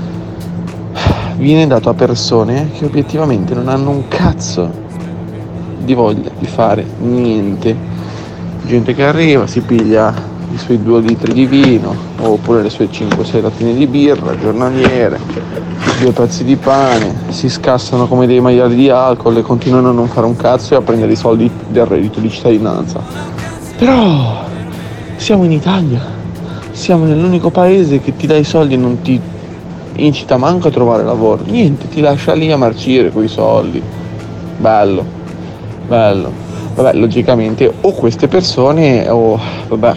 viene dato a persone che obiettivamente non hanno un cazzo di voglia di fare niente. Gente che arriva, si piglia i suoi due litri di vino oppure le sue cinque sei lattine di birra giornaliere, due pezzi di pane, si scassano come dei maiali di alcol e continuano a non fare un cazzo e a prendere i soldi del reddito di cittadinanza. Però siamo in Italia, siamo nell'unico paese che ti dà i soldi e non ti incita manco a trovare lavoro, niente, ti lascia lì a marcire coi soldi. Bello, bello. Vabbè, logicamente o queste persone o vabbè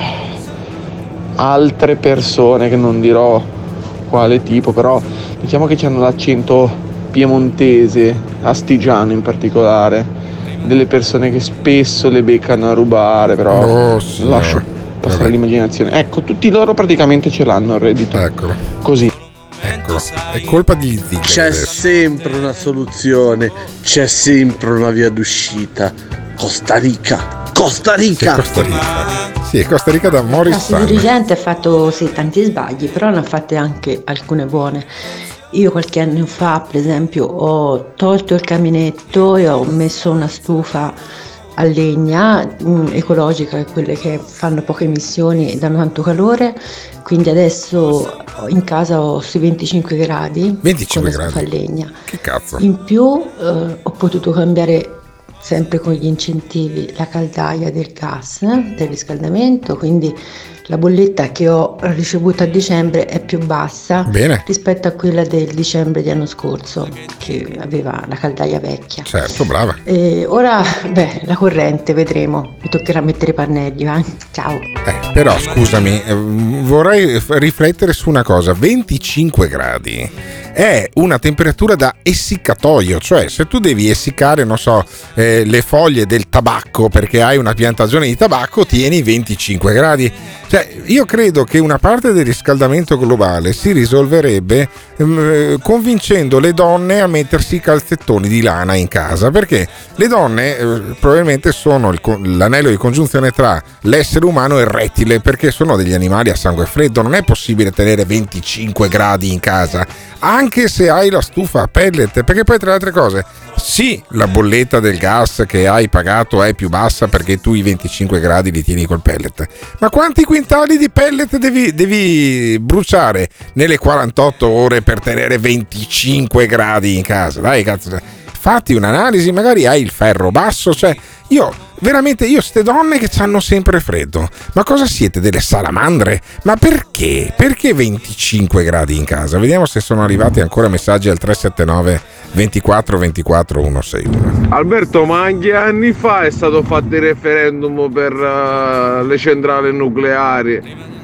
altre persone che non dirò quale tipo, però diciamo che hanno l'accento piemontese, astigiano in particolare, delle persone che spesso le beccano a rubare, però oh, sì, lascio passare vabbè. L'immaginazione. Ecco, tutti loro praticamente ce l'hanno il reddito. Eccolo. Così. Eccolo, è colpa di Zig. C'è sempre una soluzione, c'è sempre una via d'uscita. Costa Rica, Costa Rica. Sì, Costa Rica. Sì, Costa Rica da Morris. Il dirigente ha fatto sì, tanti sbagli, però ne ha fatte anche alcune buone. Io qualche anno fa, per esempio, ho tolto il caminetto e ho messo una stufa a legna mh, ecologica, quelle che fanno poche emissioni e danno tanto calore, quindi adesso in casa ho sui venticinque gradi venticinque con la gradi stufa a legna. Che cazzo? In più eh, ho potuto cambiare, sempre con gli incentivi, la caldaia del gas, eh, del riscaldamento, quindi la bolletta che ho ricevuto a dicembre è più bassa Bene. rispetto a quella del dicembre di anno scorso, che aveva la caldaia vecchia. Certo, brava. E ora, beh, la corrente vedremo, mi toccherà mettere i pannelli, eh? Ciao. Eh, però scusami, eh, vorrei f- riflettere su una cosa. Venticinque gradi è una temperatura da essiccatoio, cioè se tu devi essiccare, non so, eh, le foglie del tabacco perché hai una piantagione di tabacco, tieni venticinque gradi. Cioè, io credo che una parte del riscaldamento globale si risolverebbe ehm, convincendo le donne a mettersi i calzettoni di lana in casa, perché le donne eh, probabilmente sono il, l'anello di congiunzione tra l'essere umano e il rettile, perché sono degli animali a sangue freddo. Non è possibile tenere venticinque gradi in casa, anche se hai la stufa a pellet, perché poi tra le altre cose, sì, la bolletta del gas che hai pagato è più bassa perché tu i venticinque gradi li tieni col pellet, ma quanti quintali di pellet devi, devi bruciare nelle quarantotto ore per tenere venticinque gradi in casa? Dai, cazzo, fatti un'analisi, magari hai il ferro basso. Cioè, io veramente, io ste donne che c'hanno sempre freddo, ma cosa siete, delle salamandre? Ma perché? Perché venticinque gradi in casa? Vediamo se sono arrivati ancora messaggi al tre sette nove ventiquattro ventiquattro centosessantuno. Alberto, ma anche anni fa è stato fatto il referendum per uh, le centrali nucleari,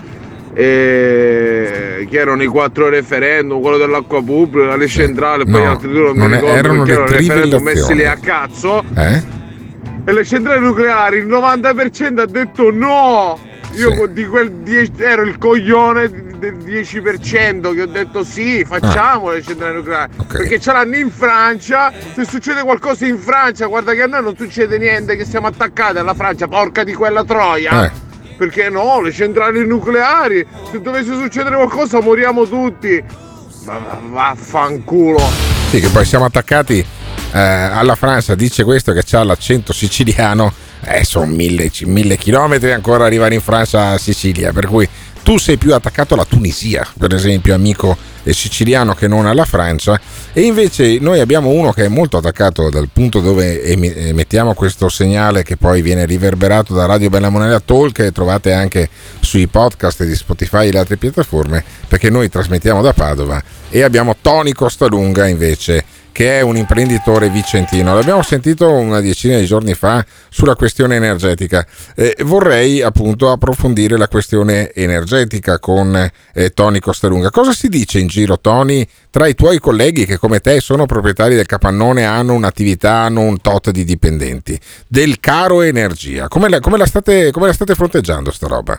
e che erano i quattro referendum, quello dell'acqua pubblica, le centrali, no, poi altri due non, non mi ricordo, erano perché le erano referendum messi lì trivellazioni. a cazzo. Eh? E le centrali nucleari il novanta per cento ha detto no, Io Sì. di quel dieci ero il coglione del dieci per cento che ho detto sì, facciamo Ah. le centrali nucleari. Perché ce l'hanno in Francia, se succede qualcosa in Francia, guarda che a noi non succede niente, che siamo attaccati alla Francia, porca di quella troia. Eh. Perché no, le centrali nucleari, se dovesse succedere qualcosa moriamo tutti. Ma va- vaffanculo. Sì, che poi siamo attaccati eh, alla Francia, dice questo che c'ha l'accento siciliano, eh, sono mille, mille chilometri ancora arrivare in Francia a Sicilia, per cui tu sei più attaccato alla Tunisia, per esempio, amico siciliano, che non alla Francia, e invece noi abbiamo uno che è molto attaccato dal punto dove emettiamo questo segnale, che poi viene riverberato da Radio Bella Monella Talk, che trovate anche sui podcast di Spotify e le altre piattaforme, perché noi trasmettiamo da Padova, e abbiamo Tony Costalunga invece, che è un imprenditore vicentino. L'abbiamo sentito una decina di giorni fa sulla questione energetica. Eh, vorrei appunto approfondire la questione energetica con eh, Tony Costalunga. Cosa si dice in giro, Tony, tra i tuoi colleghi che come te sono proprietari del capannone, hanno un'attività, hanno un tot di dipendenti, del caro energia? Come la, come la, state, come la state fronteggiando sta roba?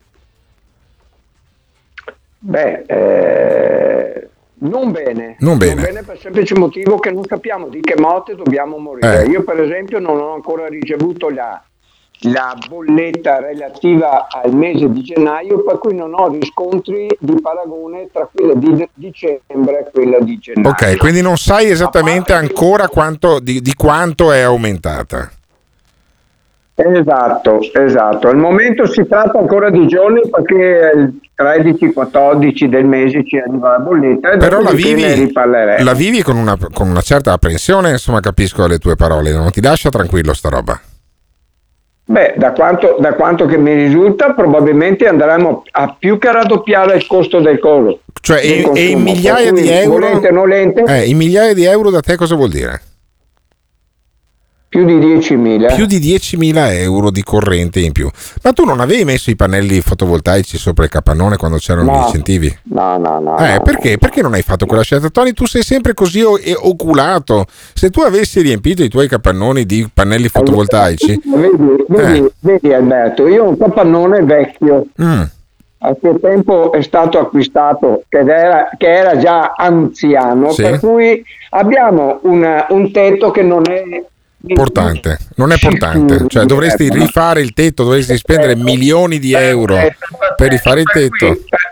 Beh, eh... Non bene, non bene, non bene per il semplice motivo che non sappiamo di che morte dobbiamo morire. Eh. Io per esempio non ho ancora ricevuto la, la bolletta relativa al mese di gennaio, per cui non ho riscontri di paragone tra quella di dicembre e quella di gennaio. Ok, quindi non sai esattamente ancora quanto, di, di quanto è aumentata. Esatto, esatto. Al momento si tratta ancora di giorni, perché il tredici quattordici del mese ci arriva la bolletta, e però la dopodiché ne vivi, riparleremo. la vivi con una, con una certa apprensione, insomma, capisco le tue parole, non ti lascia tranquillo sta roba? Beh, da quanto, da quanto che mi risulta, probabilmente andremo a più che raddoppiare il costo del coso. Cioè, del e, consumo, e in migliaia per cui, di euro, volente o nolente, eh, in migliaia di euro da te cosa vuol dire? più di diecimila. Più di diecimila euro di corrente in più. Ma tu non avevi messo i pannelli fotovoltaici sopra il capannone quando c'erano No. gli incentivi? No, no, no. Eh, no, perché? no. Perché non hai fatto quella scelta? Tony, tu sei sempre così o- e oculato. Se tu avessi riempito i tuoi capannoni di pannelli fotovoltaici, Vedi, vedi, Eh. vedi Alberto, io ho un capannone vecchio. mm, A quel tempo è stato acquistato, che era, che era già anziano, Sì. per cui abbiamo una- un tetto che non è importante, non è portante, cioè dovresti rifare il tetto, dovresti spendere milioni di euro per rifare il tetto.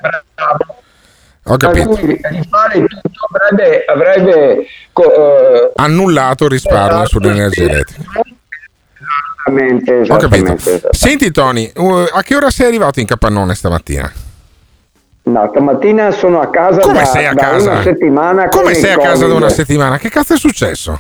Ho Per capito. cui rifare tutto avrebbe, avrebbe co- eh, Annullato il risparmio sull'energia elettrica. esattamente, Ho capito. esattamente. Senti Tony, uh, a che ora sei arrivato in capannone stamattina? No, stamattina sono a casa Come da, sei a da casa? una settimana. con Come il sei a casa da Covid. una settimana? Che cazzo è successo?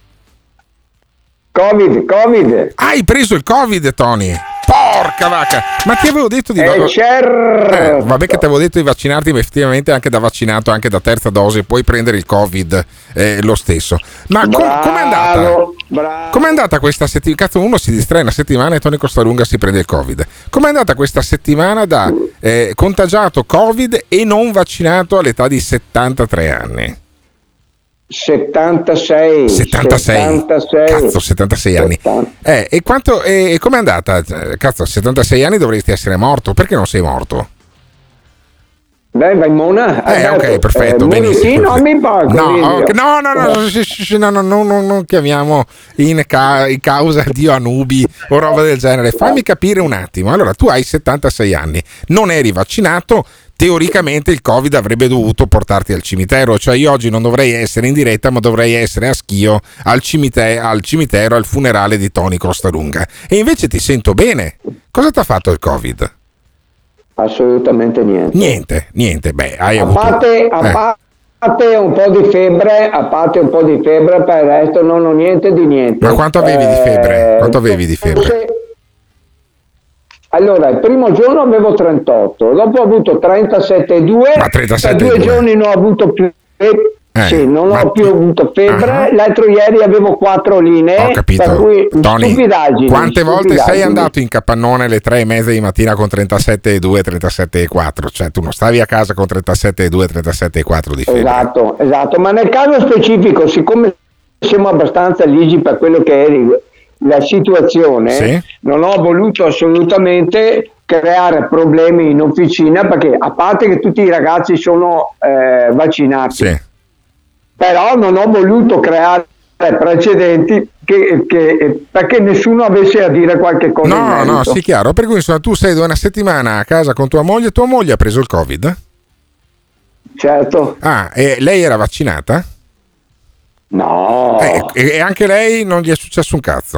Covid, Covid. Hai preso il Covid, Tony? Porca vacca! Ma ti avevo detto di Eh, vac- certo. eh, vabbè che ti avevo detto di vaccinarti, ma effettivamente anche da vaccinato, anche da terza dose, puoi prendere il Covid eh, lo stesso. Ma com- com'è andata? Bravo. Com'è andata questa settimana? Cazzo, uno si distrae una settimana e Tony Costalunga si prende il Covid. Com'è andata questa settimana da eh, contagiato Covid e non vaccinato all'età di settantatré anni? settantasei. settantasei. settantasei. Cazzo, settantasei anni. Eh, e quanto e, e com'è andata? Eh, Cazzo, a settantasei anni dovresti essere morto. Perché non sei morto? Beh, vai Mona. Eh, ok, perfetto, eh, benissimo. Non mi pago. No, Livio. ok, no, no, no, sì, sì, sì, no, no, no, no, non chiamiamo in, ca- in causa Dio Anubi o roba del genere. Fammi capire un attimo. Allora, tu hai settantasei anni, non eri vaccinato. Teoricamente il Covid avrebbe dovuto portarti al cimitero, cioè io oggi non dovrei essere in diretta, ma dovrei essere a Schio al cimitero, al cimitero, al funerale di Tony Costalunga. E invece ti sento bene. Cosa ti ha fatto il Covid? Assolutamente niente. Niente, niente. Beh, hai A avuto parte, a eh. parte un po' di febbre, a parte un po' di febbre, per il resto non ho niente di niente. Ma quanto avevi di febbre? Eh, Quanto avevi di febbre? forse- Allora, il primo giorno avevo trentotto, dopo ho avuto trentasette virgola due, Ma trentasette per due virgola due. giorni non ho avuto più febbre, Eh, sì, non ma- ho più avuto febbre, l'altro ieri avevo quattro linee, Ho capito, per cui Tony, stupidaggini, quante volte sei stupidaggini. andato in capannone alle tre e mezza di mattina con trentasette virgola due, trentasette virgola quattro? Cioè tu non stavi a casa con trentasette virgola due, trentasette virgola quattro di febbre. Esatto, esatto, ma nel caso specifico, siccome siamo abbastanza ligi per quello che è la situazione, Sì. non ho voluto assolutamente creare problemi in officina, perché a parte che tutti i ragazzi sono eh, vaccinati, sì. Però non ho voluto creare precedenti che, che, perché nessuno avesse a dire qualche cosa. No, no, sì, chiaro. Per cui insomma, tu sei da una settimana a casa con tua moglie, tua moglie ha preso il Covid? Certo. Ah, e lei era vaccinata? No. Eh, e anche lei non gli è successo un cazzo?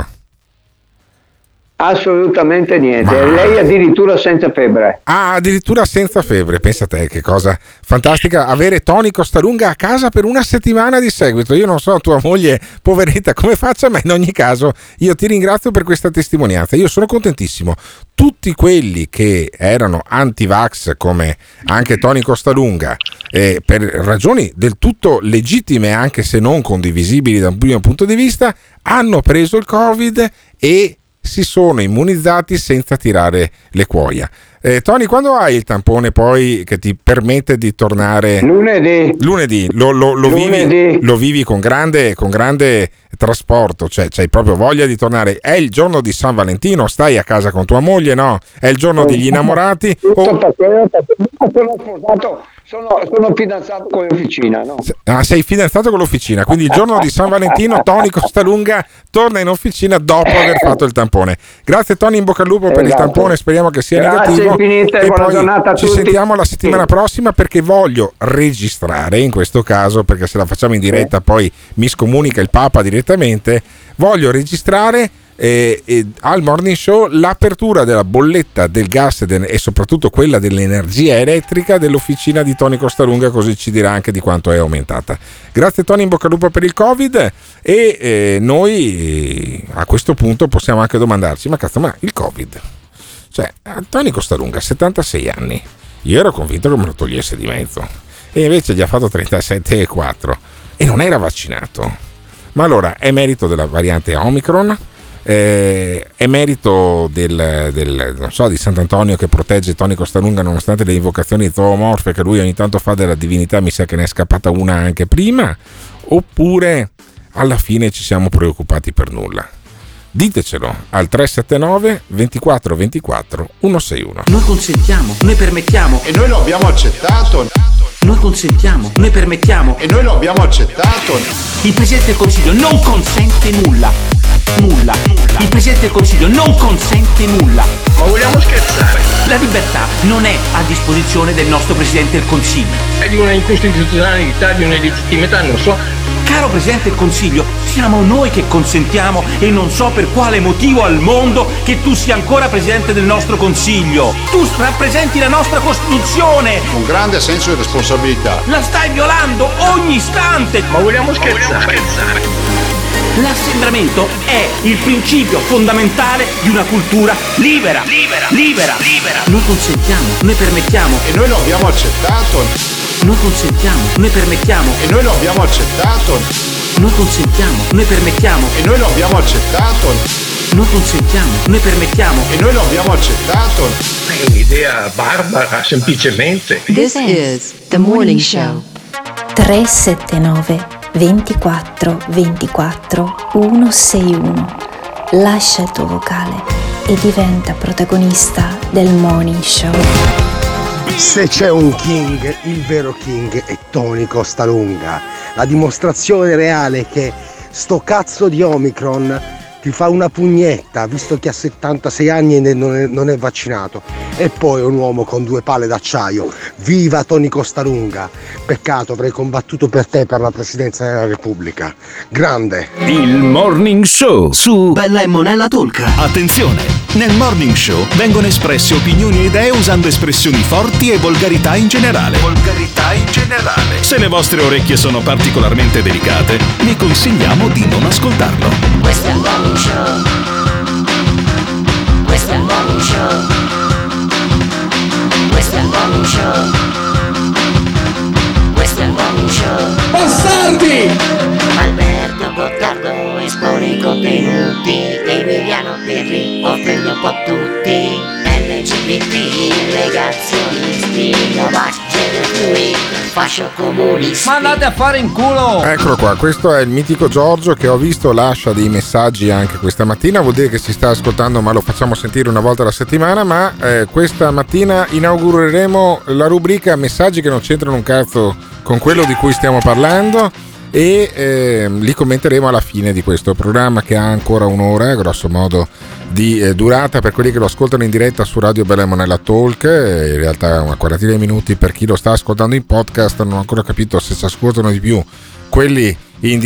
Assolutamente niente. Ma... lei addirittura senza febbre. Ah, addirittura senza febbre. Pensa a te che cosa fantastica avere Tony Costalunga a casa per una settimana di seguito. Io non so tua moglie poveretta come faccia, ma in ogni caso io ti ringrazio per questa testimonianza. Io sono contentissimo. Tutti quelli che erano anti-vax, come anche Tony Costalunga, eh, per ragioni del tutto legittime anche se non condivisibili da un primo punto di vista, hanno preso il Covid e si sono immunizzati senza tirare le cuoia. Eh, Tony, quando hai il tampone poi che ti permette di tornare? Lunedì. Lunedì. Lo, lo, lo, Lunedì. Vivi, lo vivi con grande, con grande trasporto, cioè c'hai proprio voglia di tornare. È il giorno di San Valentino, stai a casa con tua moglie, no? È il giorno degli innamorati? Oh. Sono sposato, sono, sono fidanzato con l'officina, no? Ah, sei fidanzato con l'officina, quindi il giorno di San Valentino Tony Costalunga torna in officina dopo aver fatto il tampone. Grazie Tony, in bocca al lupo per esatto. il tampone, speriamo che sia Grazie negativo. Infinite, e buona poi giornata a ci tutti. sentiamo la settimana sì. prossima, perché voglio registrare in questo caso, perché se la facciamo in diretta sì. poi mi scomunica il Papa direttamente. Voglio registrare E, e al Morning Show l'apertura della bolletta del gas e, de, e soprattutto quella dell'energia elettrica dell'officina di Tony Costalunga, così ci dirà anche di quanto è aumentata. Grazie Tony, in bocca al lupo per il Covid. E eh, noi a questo punto possiamo anche domandarci: ma cazzo, ma il Covid, cioè Tony Costalunga settantasei anni, io ero convinto che me lo togliesse di mezzo e invece gli ha fatto trentasette virgola quattro e non era vaccinato. Ma allora è merito della variante Omicron? Eh, è merito del, del non so, di Sant'Antonio che protegge Tony Costalunga nonostante le invocazioni zoomorfe che lui ogni tanto fa della divinità? Mi sa che ne è scappata una anche prima. Oppure alla fine ci siamo preoccupati per nulla? Ditecelo al tre sette nove ventiquattro ventiquattro centosessantuno. Noi consentiamo, noi permettiamo e noi lo abbiamo accettato. Noi consentiamo, noi permettiamo e noi lo abbiamo accettato. Il Presidente del Consiglio non consente nulla. Nulla. nulla. Il Presidente del Consiglio non consente nulla. Ma vogliamo scherzare? La libertà non è a disposizione del nostro Presidente del Consiglio. È di una incostituzionalità, di una illegittimità, non so. Caro Presidente del Consiglio, siamo noi che consentiamo e non so per quale motivo al mondo che tu sia ancora Presidente del nostro Consiglio. Tu rappresenti la nostra Costituzione. Con grande senso di responsabilità. La stai violando ogni istante. Ma vogliamo scherzare? Ma vogliamo scherzare? L'assembramento è il principio fondamentale di una cultura libera, libera, libera, libera. Noi consentiamo, noi permettiamo e noi lo abbiamo accettato. Noi consentiamo, noi permettiamo e noi lo abbiamo accettato. Noi consentiamo, noi permettiamo e noi lo abbiamo accettato. Noi consentiamo, noi permettiamo e noi lo abbiamo accettato. È un'idea barbara, semplicemente. This is the Morning Show. tre sette nove ventiquattro ventiquattro centosessantuno. Lascia il tuo vocale e diventa protagonista del Morning Show. Se c'è un king, il vero king è Tony Costalunga. La dimostrazione reale che sto cazzo di Omicron ti fa una pugnetta, visto che ha settantasei anni e non è, non è vaccinato. E poi è un uomo con due palle d'acciaio. Viva Tony Costalunga! Peccato, avrei combattuto per te per la presidenza della Repubblica. Grande! Il Morning Show su Bella e Monella Talk. Attenzione! Nel Morning Show vengono espresse opinioni e idee usando espressioni forti e volgarità in generale. Volgarità in generale. Se le vostre orecchie sono particolarmente delicate, vi consigliamo di non ascoltarlo. Questo è il Morning Show. Questo è il Morning Show. Questo è il Morning Show. Questo è il Morning Show. Bastardi! Alberto Gottardo espone i contenuti. Emiliano Pirri offende un po' tutti. L G B T, negazionisti, Novax, genere lui, fascio comunista. Ma andate a fare in culo! Eccolo qua, questo è il mitico Giorgio che ho visto lascia dei messaggi anche questa mattina, vuol dire che si sta ascoltando, ma lo facciamo sentire una volta alla settimana. Ma eh, questa mattina inaugureremo la rubrica messaggi che non c'entrano un cazzo con quello di cui stiamo parlando, e eh, li commenteremo alla fine di questo programma, che ha ancora un'ora grosso modo di eh, durata per quelli che lo ascoltano in diretta su Radio Bella e Monella Talk. Eh, in realtà una quarantina di minuti per chi lo sta ascoltando in podcast. Non ho ancora capito se si ascoltano di più quelli in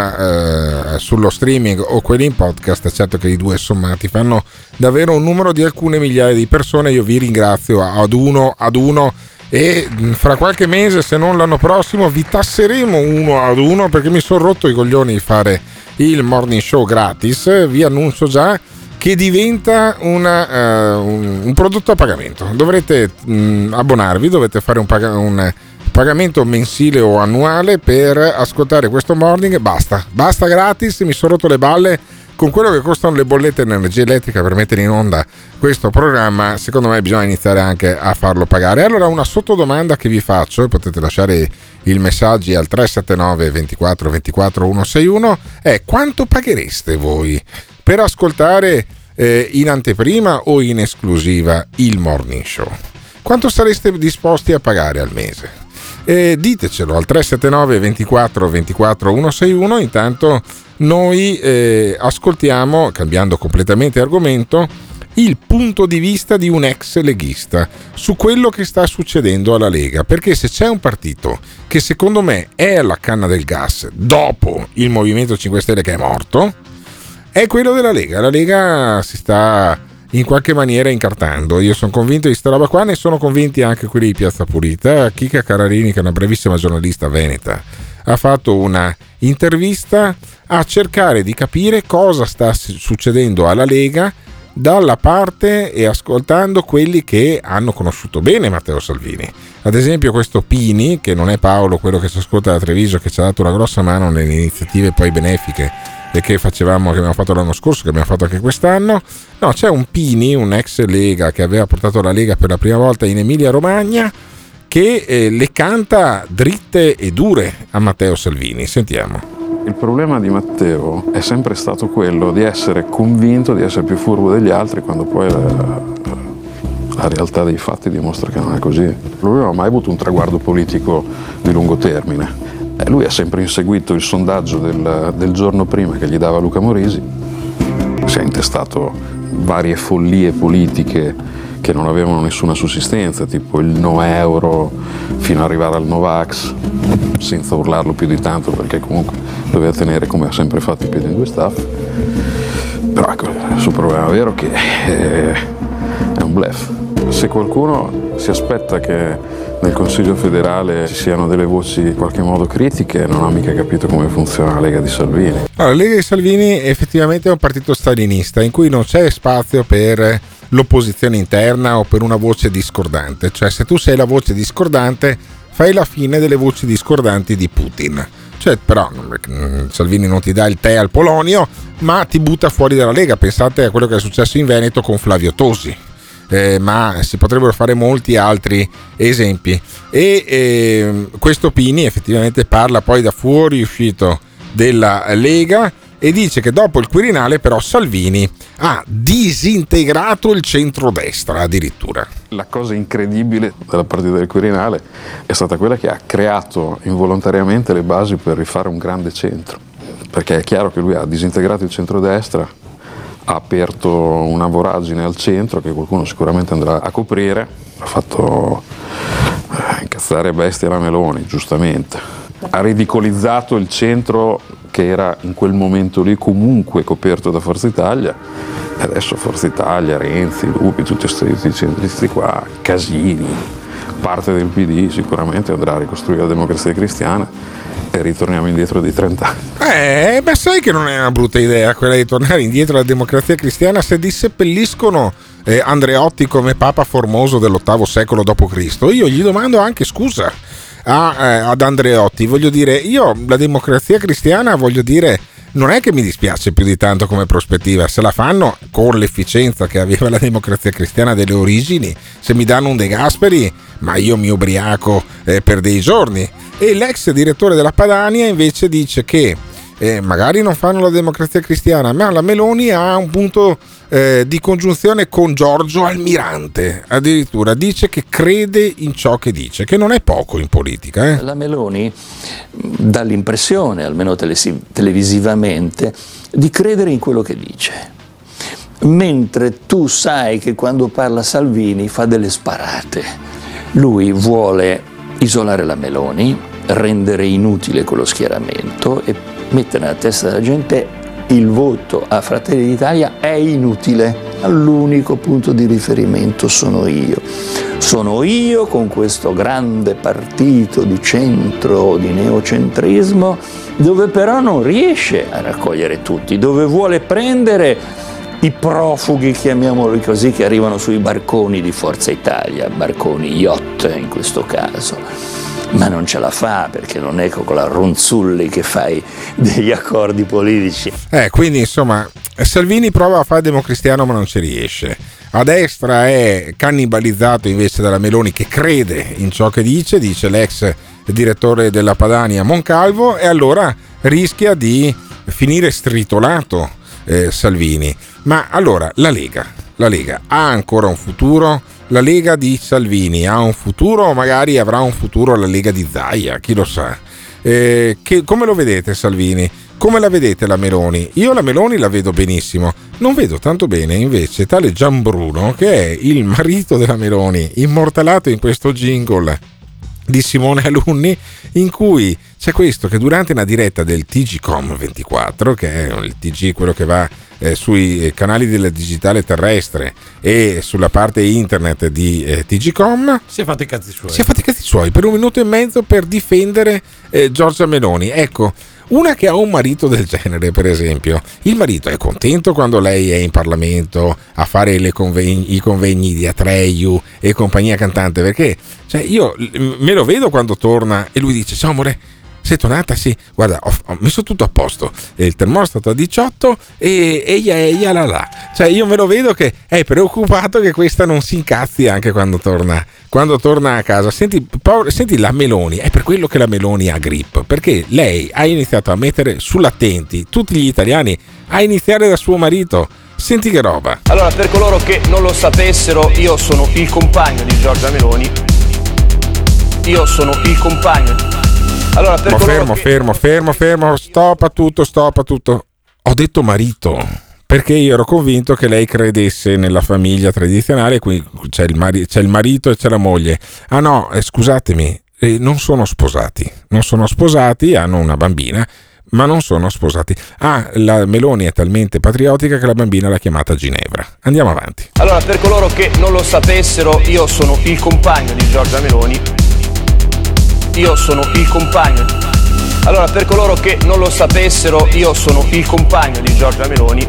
diretta eh, sullo streaming o quelli in podcast. Certo che i due sommati fanno davvero un numero di alcune migliaia di persone. Io vi ringrazio ad uno ad uno, e fra qualche mese, se non l'anno prossimo, vi tasseremo uno ad uno, perché mi sono rotto i coglioni di fare il morning show gratis. Vi annuncio già che diventa una, uh, un, un prodotto a pagamento. Dovrete mh, abbonarvi, dovete fare un, pag- un pagamento mensile o annuale per ascoltare questo morning. Basta, basta gratis, mi sono rotto le balle con quello che costano le bollette di energia elettrica per mettere in onda questo programma. Secondo me bisogna iniziare anche a farlo pagare. Allora, una sottodomanda che vi faccio, e potete lasciare il messaggio al tre sette nove ventiquattro ventiquattro centosessantuno, è: quanto paghereste voi per ascoltare eh, in anteprima o in esclusiva il morning show? Quanto sareste disposti a pagare al mese? Eh, ditecelo al tre sette nove ventiquattro ventiquattro centosessantuno. Intanto noi eh, ascoltiamo, cambiando completamente argomento, il punto di vista di un ex leghista su quello che sta succedendo alla Lega, perché se c'è un partito che secondo me è alla canna del gas dopo il Movimento cinque Stelle che è morto, è quello della Lega. La Lega si sta in qualche maniera incartando. Io sono convinto di sta roba qua, ne sono convinti anche quelli di Piazza Pulita. Chica Cararini, che è una bravissima giornalista veneta, ha fatto una intervista a cercare di capire cosa sta succedendo alla Lega dalla parte e ascoltando quelli che hanno conosciuto bene Matteo Salvini. Ad esempio questo Pini, che non è Paolo, quello che si ascolta da Treviso, che ci ha dato una grossa mano nelle iniziative poi benefiche e che facevamo, che abbiamo fatto l'anno scorso, che abbiamo fatto anche quest'anno. No, c'è un Pini, un ex Lega, che aveva portato la Lega per la prima volta in Emilia Romagna, che eh, le canta dritte e dure a Matteo Salvini. Sentiamo. Il problema di Matteo è sempre stato quello di essere convinto di essere più furbo degli altri, quando poi la, la realtà dei fatti dimostra che non è così. Lui non ha mai avuto un traguardo politico di lungo termine. Eh, lui ha sempre inseguito il sondaggio del, del giorno prima che gli dava Luca Morisi, si è intestato varie follie politiche che non avevano nessuna sussistenza, tipo il no euro fino ad arrivare al Novax, senza urlarlo più di tanto, perché comunque doveva tenere, come ha sempre fatto, i piedi in due staffe. Però ecco, il suo problema vero è che è un bluff. Se qualcuno si aspetta che nel Consiglio federale ci siano delle voci in qualche modo critiche, non ha mica capito come funziona la Lega di Salvini. Allora, la Lega di Salvini effettivamente è un partito stalinista in cui non c'è spazio per l'opposizione interna o per una voce discordante. Cioè, se tu sei la voce discordante, fai la fine delle voci discordanti di Putin. Cioè, però Salvini non ti dà il tè al Polonio, ma ti butta fuori dalla Lega. Pensate a quello che è successo in Veneto con Flavio Tosi. Eh, ma si potrebbero fare molti altri esempi. E eh, questo Pini effettivamente parla poi da fuori uscito della Lega e dice che dopo il Quirinale però Salvini ha disintegrato il centrodestra addirittura. La cosa incredibile della partita del Quirinale è stata quella che ha creato involontariamente le basi per rifare un grande centro, perché è chiaro che lui ha disintegrato il centrodestra, ha aperto una voragine al centro che qualcuno sicuramente andrà a coprire, ha fatto incazzare bestia la Meloni, giustamente, ha ridicolizzato il centro che era in quel momento lì comunque coperto da Forza Italia, e adesso Forza Italia, Renzi, Lupi, tutti questi centristi qua, Casini, parte del P D sicuramente andrà a ricostruire la Democrazia Cristiana e ritorniamo indietro di trenta anni. Eh, ma sai che non è una brutta idea quella di tornare indietro alla Democrazia Cristiana se disseppelliscono eh, Andreotti come Papa Formoso dell'ottavo secolo dopo Cristo. Io gli domando anche scusa a, eh, ad Andreotti, voglio dire, io la Democrazia Cristiana, voglio dire, non è che mi dispiace più di tanto come prospettiva. Se la fanno con l'efficienza che aveva la Democrazia Cristiana delle origini, se mi danno un De Gasperi, ma io mi ubriaco eh, per dei giorni. E l'ex direttore della Padania invece dice che eh, magari non fanno la Democrazia Cristiana, ma la Meloni ha un punto eh, di congiunzione con Giorgio Almirante, addirittura dice che crede in ciò che dice, che non è poco in politica. Eh. La Meloni dà l'impressione, almeno telesi- televisivamente, di credere in quello che dice, mentre tu sai che quando parla Salvini fa delle sparate. Lui vuole isolare la Meloni, rendere inutile quello schieramento e mettere nella testa della gente il voto a Fratelli d'Italia è inutile, l'unico punto di riferimento sono io. Sono io con questo grande partito di centro, di neocentrismo, dove però non riesce a raccogliere tutti, dove vuole prendere i profughi, chiamiamoli così, che arrivano sui barconi di Forza Italia, barconi yacht in questo caso. Ma non ce la fa, perché non è con la Ronzulli che fai degli accordi politici. Eh, quindi insomma Salvini prova a fare democristiano ma non ci riesce. A destra è cannibalizzato invece dalla Meloni, che crede in ciò che dice, dice l'ex direttore della Padania Moncalvo, e allora rischia di finire stritolato eh, Salvini. Ma allora la Lega, la Lega ha ancora un futuro? La Lega di Salvini ha un futuro, o magari avrà un futuro la Lega di Zaia, chi lo sa. Eh, che, come lo vedete Salvini? Come la vedete la Meloni? Io la Meloni la vedo benissimo, non vedo tanto bene invece tale Gianbruno, che è il marito della Meloni, immortalato in questo jingle di Simone Alunni, in cui c'è questo che durante una diretta del T G Com ventiquattro, che è il T G quello che va eh, sui canali del digitale terrestre e sulla parte internet di eh, T G Com, si è fatto i cazzi suoi si è fatto i cazzi suoi per un minuto e mezzo per difendere eh, Giorgia Meloni. Ecco, una che ha un marito del genere, per esempio, il marito è contento quando lei è in Parlamento a fare le convegni, i convegni di Atreyu e compagnia cantante, perché cioè, io me lo vedo quando torna e lui dice: ciao amore, sei tornata? Sì, guarda, ho, ho messo tutto a posto, il termostato a diciotto e eia eia la la. Cioè io me lo vedo che è preoccupato che questa non si incazzi anche quando torna quando torna a casa. Senti, Paolo, senti la Meloni, è per quello che la Meloni ha grip, perché lei ha iniziato a mettere sull'attenti tutti gli italiani, a iniziare da suo marito. Senti che roba. Allora, per coloro che non lo sapessero, io sono il compagno di Giorgia Meloni. Io sono il compagno di... Allora, per Ma fermo, che... fermo, fermo, fermo, stop a tutto, stop a tutto. Ho detto marito, perché io ero convinto che lei credesse nella famiglia tradizionale, qui c'è il, mari- c'è il marito e c'è la moglie. Ah no, eh, scusatemi, eh, non sono sposati, non sono sposati, hanno una bambina, ma non sono sposati. Ah, la Meloni è talmente patriottica che la bambina l'ha chiamata Ginevra. Andiamo avanti. Allora, per coloro che non lo sapessero, io sono il compagno di Giorgia Meloni. Io sono il compagno. Allora, per coloro che non lo sapessero, io sono il compagno di Giorgia Meloni.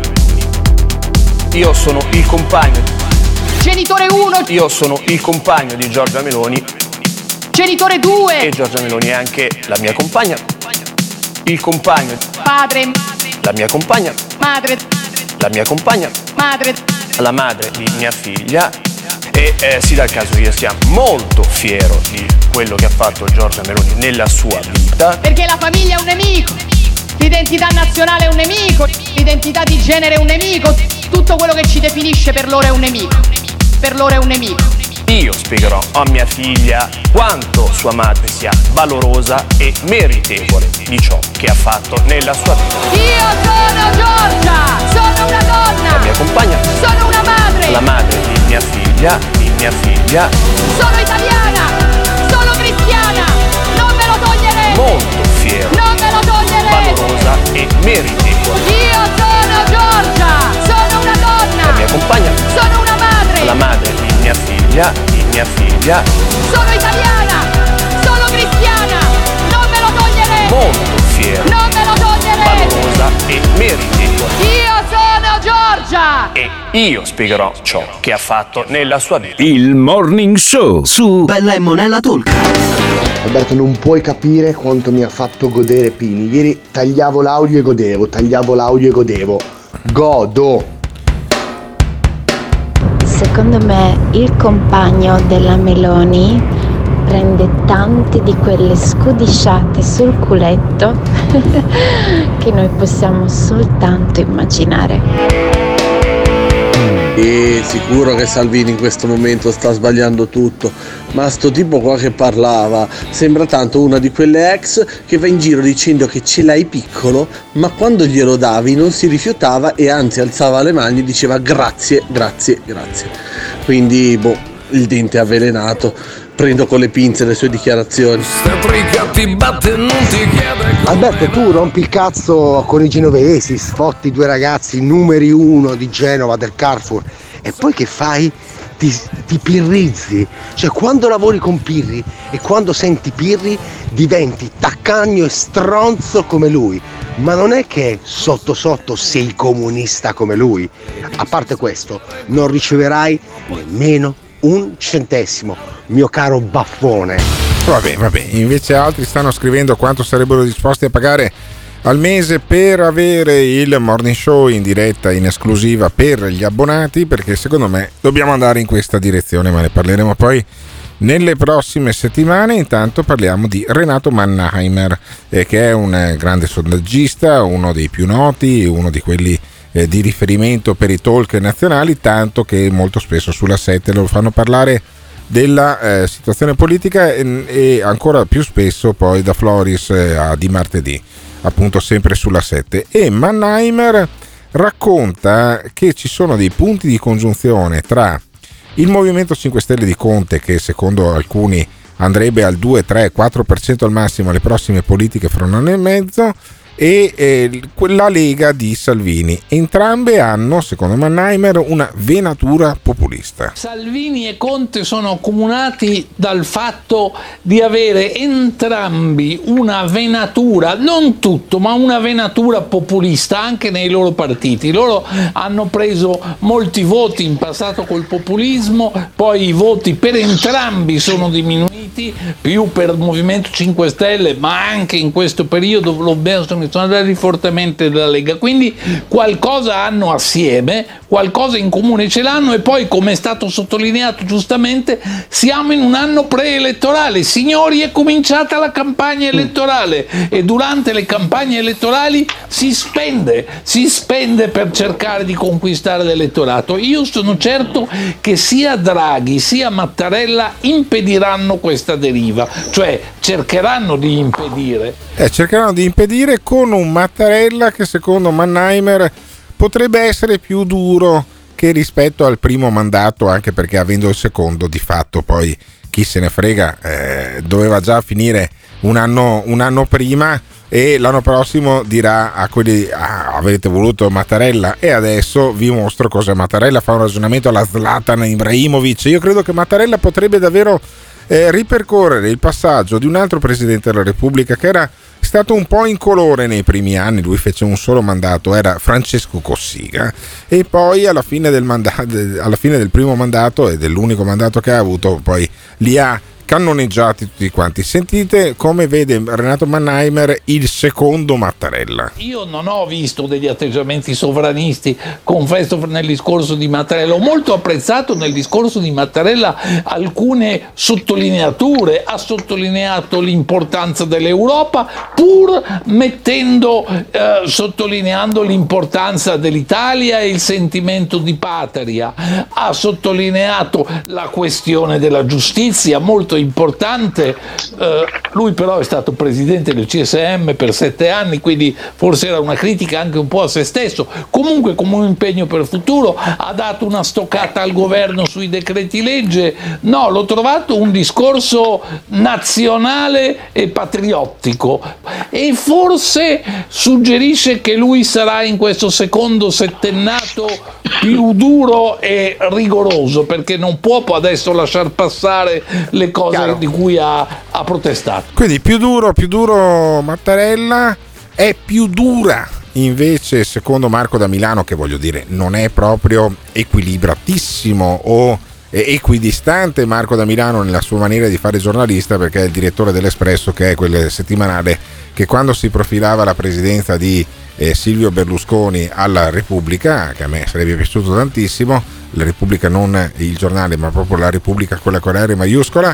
Io sono il compagno. Genitore uno. Io sono il compagno di Giorgia Meloni. Genitore due. E Giorgia Meloni è anche la mia compagna. Il compagno. Padre. La mia compagna. Madre. La mia compagna. Madre. La madre di mia figlia. E eh, si dà il caso che io sia molto fiero di quello che ha fatto Giorgia Meloni nella sua vita. Perché la famiglia è un nemico, l'identità nazionale è un nemico, l'identità di genere è un nemico, tutto quello che ci definisce per loro è un nemico, per loro è un nemico. Io spiegherò a mia figlia quanto sua madre sia valorosa e meritevole di ciò che ha fatto nella sua vita. Io sono Giorgia, sono una donna, la mia compagna, sono una madre, la madre di mia figlia, di mia figlia, sono italiana, sono cristiana, non me lo toglierete, molto fiero, non me lo toglierete, valorosa e meritevole. Io sono Giorgia, sono una donna, la mia compagna, sono una madre, la madre di mia figlia, di mia figlia, sono italiana, sono cristiana, non me lo toglierete, molto fiero, non me lo toglierete, valorosa e meritevole. Io sono Giorgia e io spiegherò ciò che ha fatto nella sua vita. Il Morning Show su Bella e Monella Talk. Alberto, non puoi capire quanto mi ha fatto godere Pini. Ieri tagliavo l'audio e godevo, tagliavo l'audio e godevo. Godo. Secondo me il compagno della Meloni prende tante di quelle scudisciate sul culetto che noi possiamo soltanto immaginare. E sicuro che Salvini in questo momento sta sbagliando tutto, ma sto tipo qua che parlava sembra tanto una di quelle ex che va in giro dicendo che ce l'hai piccolo, ma quando glielo davi non si rifiutava e anzi alzava le mani e diceva grazie, grazie, grazie. Quindi boh, il dente avvelenato, prendo con le pinze le sue dichiarazioni. Alberto, tu rompi il cazzo con i genovesi, sfotti due ragazzi numeri uno di Genova del Carrefour e poi che fai? Ti, ti pirrizzi, cioè quando lavori con Pirri e quando senti Pirri diventi taccagno e stronzo come lui, ma non è che sotto sotto sei comunista come lui. A parte questo, non riceverai nemmeno un centesimo, mio caro baffone. Vabbè, vabbè, invece altri stanno scrivendo quanto sarebbero disposti a pagare al mese per avere il morning show in diretta in esclusiva per gli abbonati, perché secondo me dobbiamo andare in questa direzione, ma ne parleremo poi nelle prossime settimane. Intanto parliamo di Renato Mannheimer, eh, che è un eh, grande sondaggista, uno dei più noti, uno di quelli eh, di riferimento per i talk nazionali, tanto che molto spesso sulla sette lo fanno parlare della eh, situazione politica e, e ancora più spesso poi da Floris eh, a Di Martedì, appunto sempre sulla sette. E Mannheimer racconta che ci sono dei punti di congiunzione tra il Movimento cinque Stelle di Conte, che secondo alcuni andrebbe al due, tre, quattro per cento al massimo alle prossime politiche fra un anno e mezzo, e eh, la Lega di Salvini. Entrambe hanno, secondo Mannheimer, una venatura populista. Salvini e Conte sono accomunati dal fatto di avere entrambi una venatura, non tutto, ma una venatura populista anche nei loro partiti. Loro hanno preso molti voti in passato col populismo, poi i voti per entrambi sono diminuiti, più per il Movimento cinque Stelle, ma anche in questo periodo lo sono andati fortemente dalla Lega, quindi qualcosa hanno assieme, qualcosa in comune ce l'hanno. E poi, come è stato sottolineato giustamente, siamo in un anno preelettorale, signori, è cominciata la campagna elettorale e durante le campagne elettorali si spende, si spende per cercare di conquistare l'elettorato. Io sono certo che sia Draghi sia Mattarella impediranno questa deriva, cioè cercheranno di impedire. Eh, cercheranno di impedire con un Mattarella che secondo Mannheimer potrebbe essere più duro che rispetto al primo mandato, anche perché avendo il secondo di fatto poi chi se ne frega, eh, doveva già finire un anno, un anno prima, e l'anno prossimo dirà a quelli ah, avete voluto Mattarella e adesso vi mostro cosa Mattarella. Fa un ragionamento alla Zlatan Ibrahimovic. Io credo che Mattarella potrebbe davvero eh, ripercorrere il passaggio di un altro Presidente della Repubblica che era stato un po' incolore nei primi anni. Lui fece un solo mandato, era Francesco Cossiga, e poi alla fine del mandato, alla fine del primo mandato e dell'unico mandato che ha avuto, poi li ha cannoneggiati tutti quanti. Sentite come vede Renato Mannheimer il secondo Mattarella. Io non ho visto degli atteggiamenti sovranisti, confesso, nel discorso di Mattarella. Ho molto apprezzato nel discorso di Mattarella alcune sottolineature. Ha sottolineato l'importanza dell'Europa, pur mettendo, eh, sottolineando l'importanza dell'Italia e il sentimento di patria. Ha sottolineato la questione della giustizia, molto importante. Eh, lui però è stato presidente del C S M per sette anni, quindi forse era una critica anche un po' a se stesso. Comunque, come un impegno per il futuro, ha dato una stoccata al governo sui decreti legge. No, l'ho trovato un discorso nazionale e patriottico, e forse suggerisce che lui sarà in questo secondo settennato più duro e rigoroso, perché non può adesso lasciar passare le cose Chiaro. di cui ha, ha protestato. Quindi più duro, più duro Mattarella. È più dura invece, secondo Marco da Milano, che voglio dire non è proprio equilibratissimo o equidistante Marco da Milano nella sua maniera di fare giornalista, perché è il direttore dell'Espresso, che è quel settimanale che quando si profilava la presidenza di eh, Silvio Berlusconi alla Repubblica, che a me sarebbe piaciuto tantissimo, la Repubblica non il giornale ma proprio la Repubblica, quella con la R maiuscola,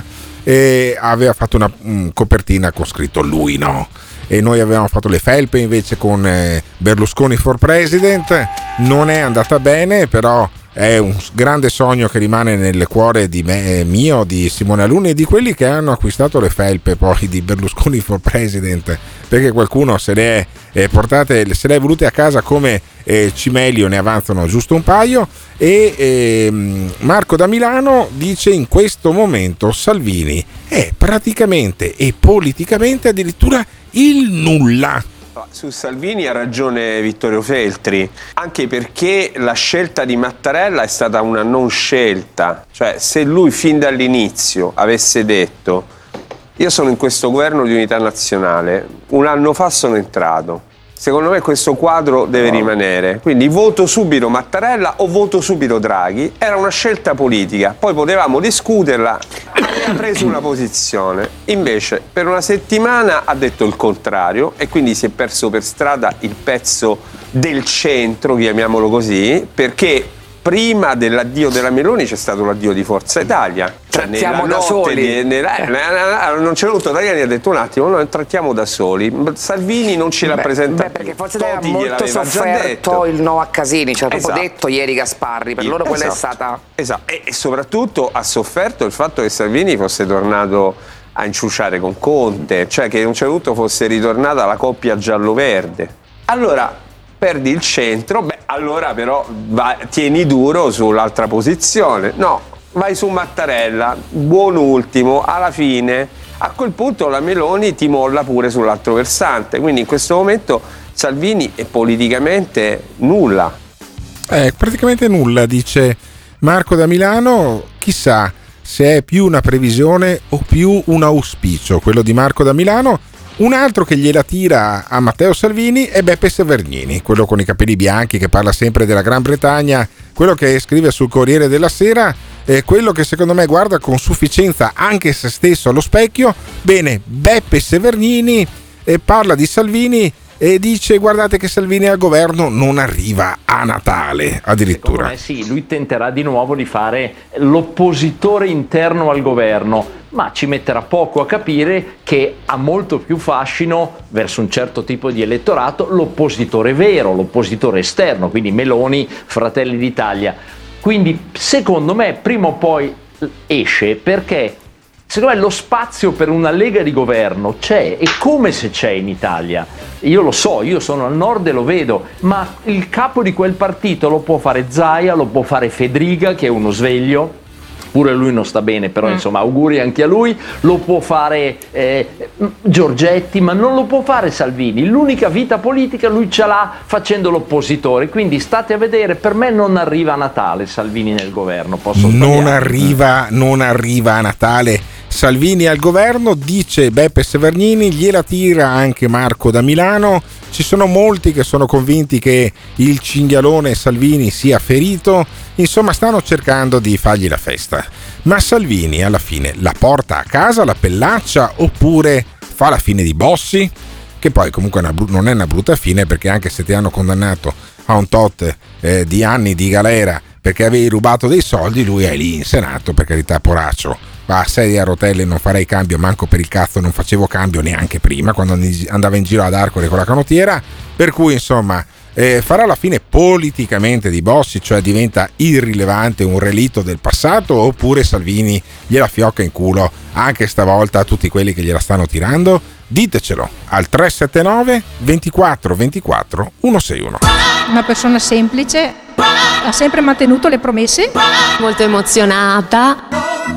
e aveva fatto una um, copertina con scritto lui no, e noi avevamo fatto le felpe invece con eh, Berlusconi for President. Non è andata bene, però è un grande sogno che rimane nel cuore di me, mio, di Simone Alunni e di quelli che hanno acquistato le felpe poi di Berlusconi for President, perché qualcuno se le è eh, portate, se le è volute a casa come eh, Cimelio, ne avanzano giusto un paio. E eh, Marco da Milano dice: in questo momento Salvini è praticamente e politicamente addirittura il nulla. Su Salvini ha ragione Vittorio Feltri, anche perché la scelta di Mattarella è stata una non scelta. Cioè, se lui fin dall'inizio avesse detto io sono in questo governo di unità nazionale, un anno fa sono entrato, secondo me questo quadro deve rimanere, quindi voto subito Mattarella o voto subito Draghi, era una scelta politica, poi potevamo discuterla, aveva preso una posizione. Invece per una settimana ha detto il contrario e quindi si è perso per strada il pezzo del centro, chiamiamolo così, perché prima dell'addio della Meloni c'è stato l'addio di Forza Italia. Trattiamo da soli. Di, nella, nella, non c'è venuto Tajani, ha detto un attimo, noi trattiamo da soli. Salvini non ci beh, rappresenta beh, perché Forza Italia ha molto sofferto il no a Casini, cioè esatto. Proprio detto ieri Gasparri, per loro quella esatto. è stata... Esatto, e, e soprattutto ha sofferto il fatto che Salvini fosse tornato a inciuciare con Conte, cioè che a un certo punto fosse ritornata la coppia giallo-verde. Allora... perdi il centro, beh allora però va, tieni duro sull'altra posizione, no, vai su Mattarella, buon ultimo, alla fine a quel punto la Meloni ti molla pure sull'altro versante, quindi in questo momento Salvini è politicamente nulla. Eh, praticamente nulla, dice Marco da Milano, chissà se è più una previsione o più un auspicio quello di Marco da Milano. Un altro che gliela tira a Matteo Salvini è Beppe Severgnini, quello con i capelli bianchi che parla sempre della Gran Bretagna, quello che scrive sul Corriere della Sera, eh, quello che secondo me guarda con sufficienza anche se stesso allo specchio. Bene, Beppe Severgnini eh, parla di Salvini e dice: guardate che Salvini al governo non arriva a Natale addirittura. Eh sì, lui tenterà di nuovo di fare l'oppositore interno al governo, ma ci metterà poco a capire che ha molto più fascino verso un certo tipo di elettorato l'oppositore vero, l'oppositore esterno, quindi Meloni, Fratelli d'Italia. Quindi secondo me prima o poi esce, perché secondo me lo spazio per una lega di governo c'è, e come se c'è in Italia. Io lo so, io sono al nord e lo vedo, ma il capo di quel partito lo può fare Zaia, lo può fare Fedriga, che è uno sveglio, pure lui non sta bene, però mm. insomma auguri anche a lui, lo può fare eh, Giorgetti, ma non lo può fare Salvini. L'unica vita politica lui ce l'ha facendo l'oppositore, quindi state a vedere, per me non arriva a Natale Salvini nel governo. Posso non arriva, non arriva a Natale Salvini al governo, dice Beppe Severgnini, gliela tira anche Marco da Milano. Ci sono molti che sono convinti che il cinghialone Salvini sia ferito, insomma stanno cercando di fargli la festa. Ma Salvini alla fine la porta a casa, la pellaccia, oppure fa la fine di Bossi? Che poi comunque non è una brutta fine, perché anche se ti hanno condannato a un tot eh, di anni di galera perché avevi rubato dei soldi, lui è lì in Senato, per carità, poraccio, va a sedia a rotelle, non farei cambio, manco per il cazzo non facevo cambio neanche prima quando andava in giro ad Arcore con la canottiera, per cui insomma eh, farà la fine politicamente di Bossi, cioè diventa irrilevante, un relitto del passato, oppure Salvini gliela fiocca in culo anche stavolta a tutti quelli che gliela stanno tirando? Ditecelo al tre sette nove ventiquattro ventiquattro centosessantuno. Una persona semplice, ha sempre mantenuto le promesse, molto emozionata.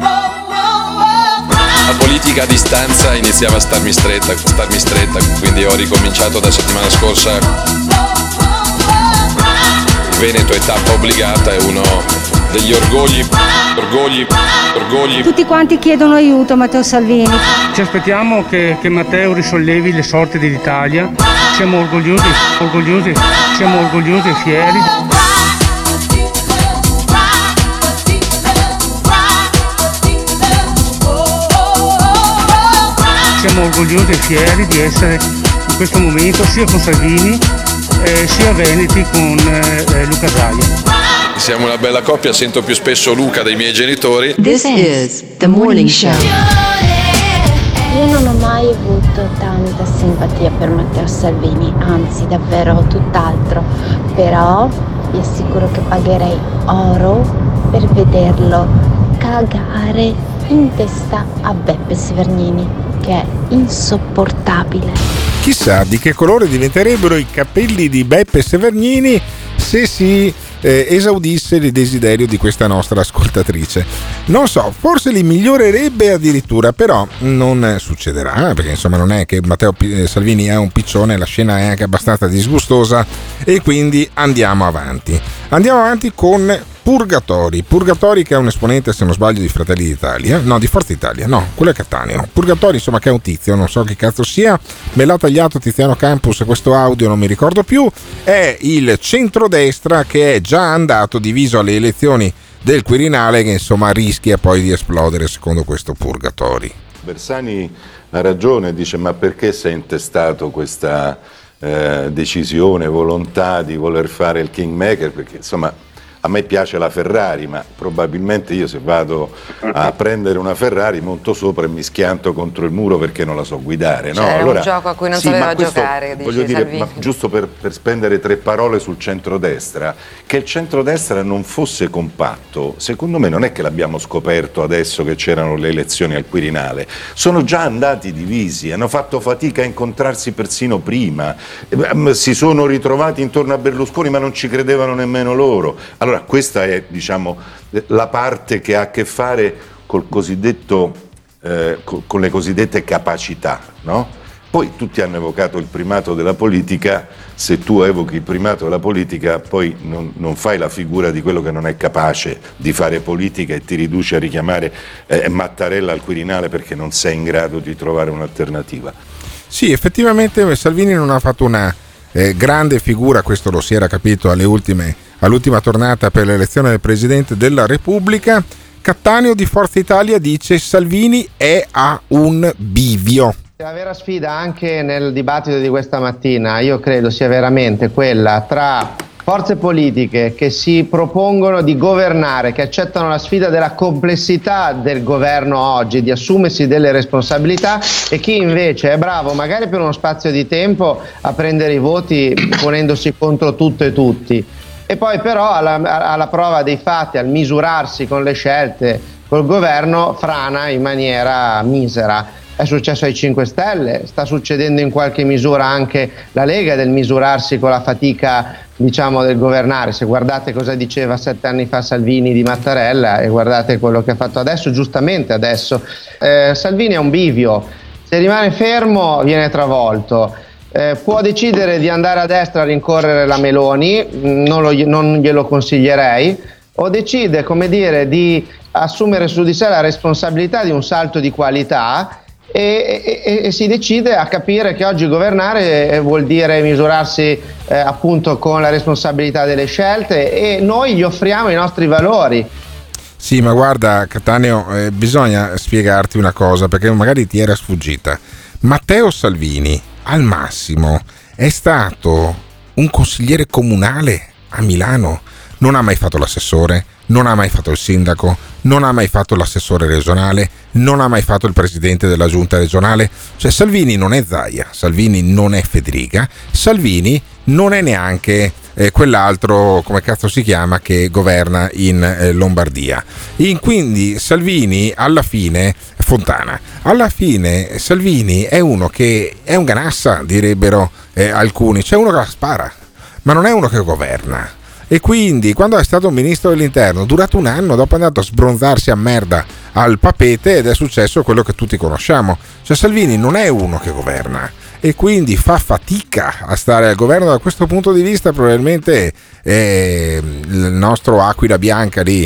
La politica a distanza iniziava a starmi stretta, starmi stretta, quindi ho ricominciato da settimana scorsa. Il Veneto è tappa obbligata, è uno degli orgogli, orgogli, orgogli. Tutti quanti chiedono aiuto a Matteo Salvini. Ci aspettiamo che, che Matteo risollevi le sorti dell'Italia. Siamo orgogliosi, orgogliosi, siamo orgogliosi e fieri. Siamo orgogliosi e fieri di essere in questo momento sia con Salvini eh, sia veneti con eh, Luca Zaia. Siamo una bella coppia, sento più spesso Luca dei miei genitori. This is the morning show. Io non ho mai avuto tanta simpatia per Matteo Salvini, anzi davvero tutt'altro, però vi assicuro che pagherei oro per vederlo cagare in testa a Beppe Severnini, che è insopportabile. Chissà di che colore diventerebbero i capelli di Beppe Severnini se si eh, esaudisse il desiderio di questa nostra ascoltatrice. Non so, forse li migliorerebbe addirittura, però non succederà, perché insomma non è che Matteo Salvini è un piccione, la scena è anche abbastanza disgustosa, e quindi andiamo avanti. Andiamo avanti con Purgatori. Purgatori, che è un esponente, se non sbaglio, di Fratelli d'Italia, no, di Forza Italia, no, quello è Cattaneo. Purgatori, insomma, che è un tizio, non so che cazzo sia, me l'ha tagliato Tiziano Campus questo audio, non mi ricordo più. È il centrodestra che è già andato diviso alle elezioni del Quirinale, che insomma rischia poi di esplodere, secondo questo Purgatori. Bersani ha ragione, dice: ma perché si è intestato questa eh, decisione, volontà di voler fare il kingmaker? Perché insomma a me piace la Ferrari, ma probabilmente io se vado a prendere una Ferrari monto sopra e mi schianto contro il muro perché non la so guidare, no? Cioè, era allora, un gioco a cui non sì, sapeva questo, giocare, dice voglio dire, Salvini. ma giusto per, per spendere tre parole sul centrodestra, che il centrodestra non fosse compatto, secondo me non è che l'abbiamo scoperto adesso che c'erano le elezioni al Quirinale, sono già andati divisi, hanno fatto fatica a incontrarsi persino prima, si sono ritrovati intorno a Berlusconi ma non ci credevano nemmeno loro. Allora questa è, diciamo, la parte che ha a che fare col cosiddetto, eh, co- con le cosiddette capacità, no? Poi tutti hanno evocato il primato della politica, se tu evochi il primato della politica poi non, non fai la figura di quello che non è capace di fare politica e ti riduci a richiamare eh, Mattarella al Quirinale perché non sei in grado di trovare un'alternativa. Sì, effettivamente Salvini non ha fatto una eh, grande figura, questo lo si era capito alle ultime, all'ultima tornata per l'elezione del Presidente della Repubblica. Cattaneo di Forza Italia dice: Salvini è a un bivio. La vera sfida anche nel dibattito di questa mattina io credo sia veramente quella tra forze politiche che si propongono di governare, che accettano la sfida della complessità del governo oggi, di assumersi delle responsabilità, e chi invece è bravo magari per uno spazio di tempo a prendere i voti ponendosi contro tutto e tutti, e poi però alla, alla prova dei fatti, al misurarsi con le scelte col governo, frana in maniera misera. È successo ai cinque Stelle, sta succedendo in qualche misura anche la Lega, del misurarsi con la fatica, diciamo, del governare. Se guardate cosa diceva sette anni fa Salvini di Mattarella e guardate quello che ha fatto adesso, giustamente adesso, eh, Salvini è un bivio, se rimane fermo viene travolto. Eh, può decidere di andare a destra a rincorrere la Meloni, non, lo, non glielo consiglierei, o decide, come dire, di assumere su di sé la responsabilità di un salto di qualità e, e, e si decide a capire che oggi governare vuol dire misurarsi eh, appunto con la responsabilità delle scelte, e noi gli offriamo i nostri valori. Sì, ma guarda Cattaneo, eh, bisogna spiegarti una cosa, perché magari ti era sfuggita. Matteo Salvini al massimo è stato un consigliere comunale a Milano, non ha mai fatto l'assessore, non ha mai fatto il sindaco, non ha mai fatto l'assessore regionale, non ha mai fatto il presidente della giunta regionale. Cioè Salvini non è Zaia, Salvini non è Federica, Salvini non è neanche eh, quell'altro, come cazzo si chiama, che governa in eh, Lombardia. In, quindi Salvini alla fine, Fontana, alla fine Salvini è uno che è un ganassa, direbbero eh, alcuni, c'è uno che la spara, ma non è uno che governa. E quindi quando è stato ministro dell'interno, durato un anno, dopo è andato a sbronzarsi a merda al papete ed è successo quello che tutti conosciamo. Cioè Salvini non è uno che governa e quindi fa fatica a stare al governo. Da questo punto di vista probabilmente eh, il nostro Aquila Bianca lì,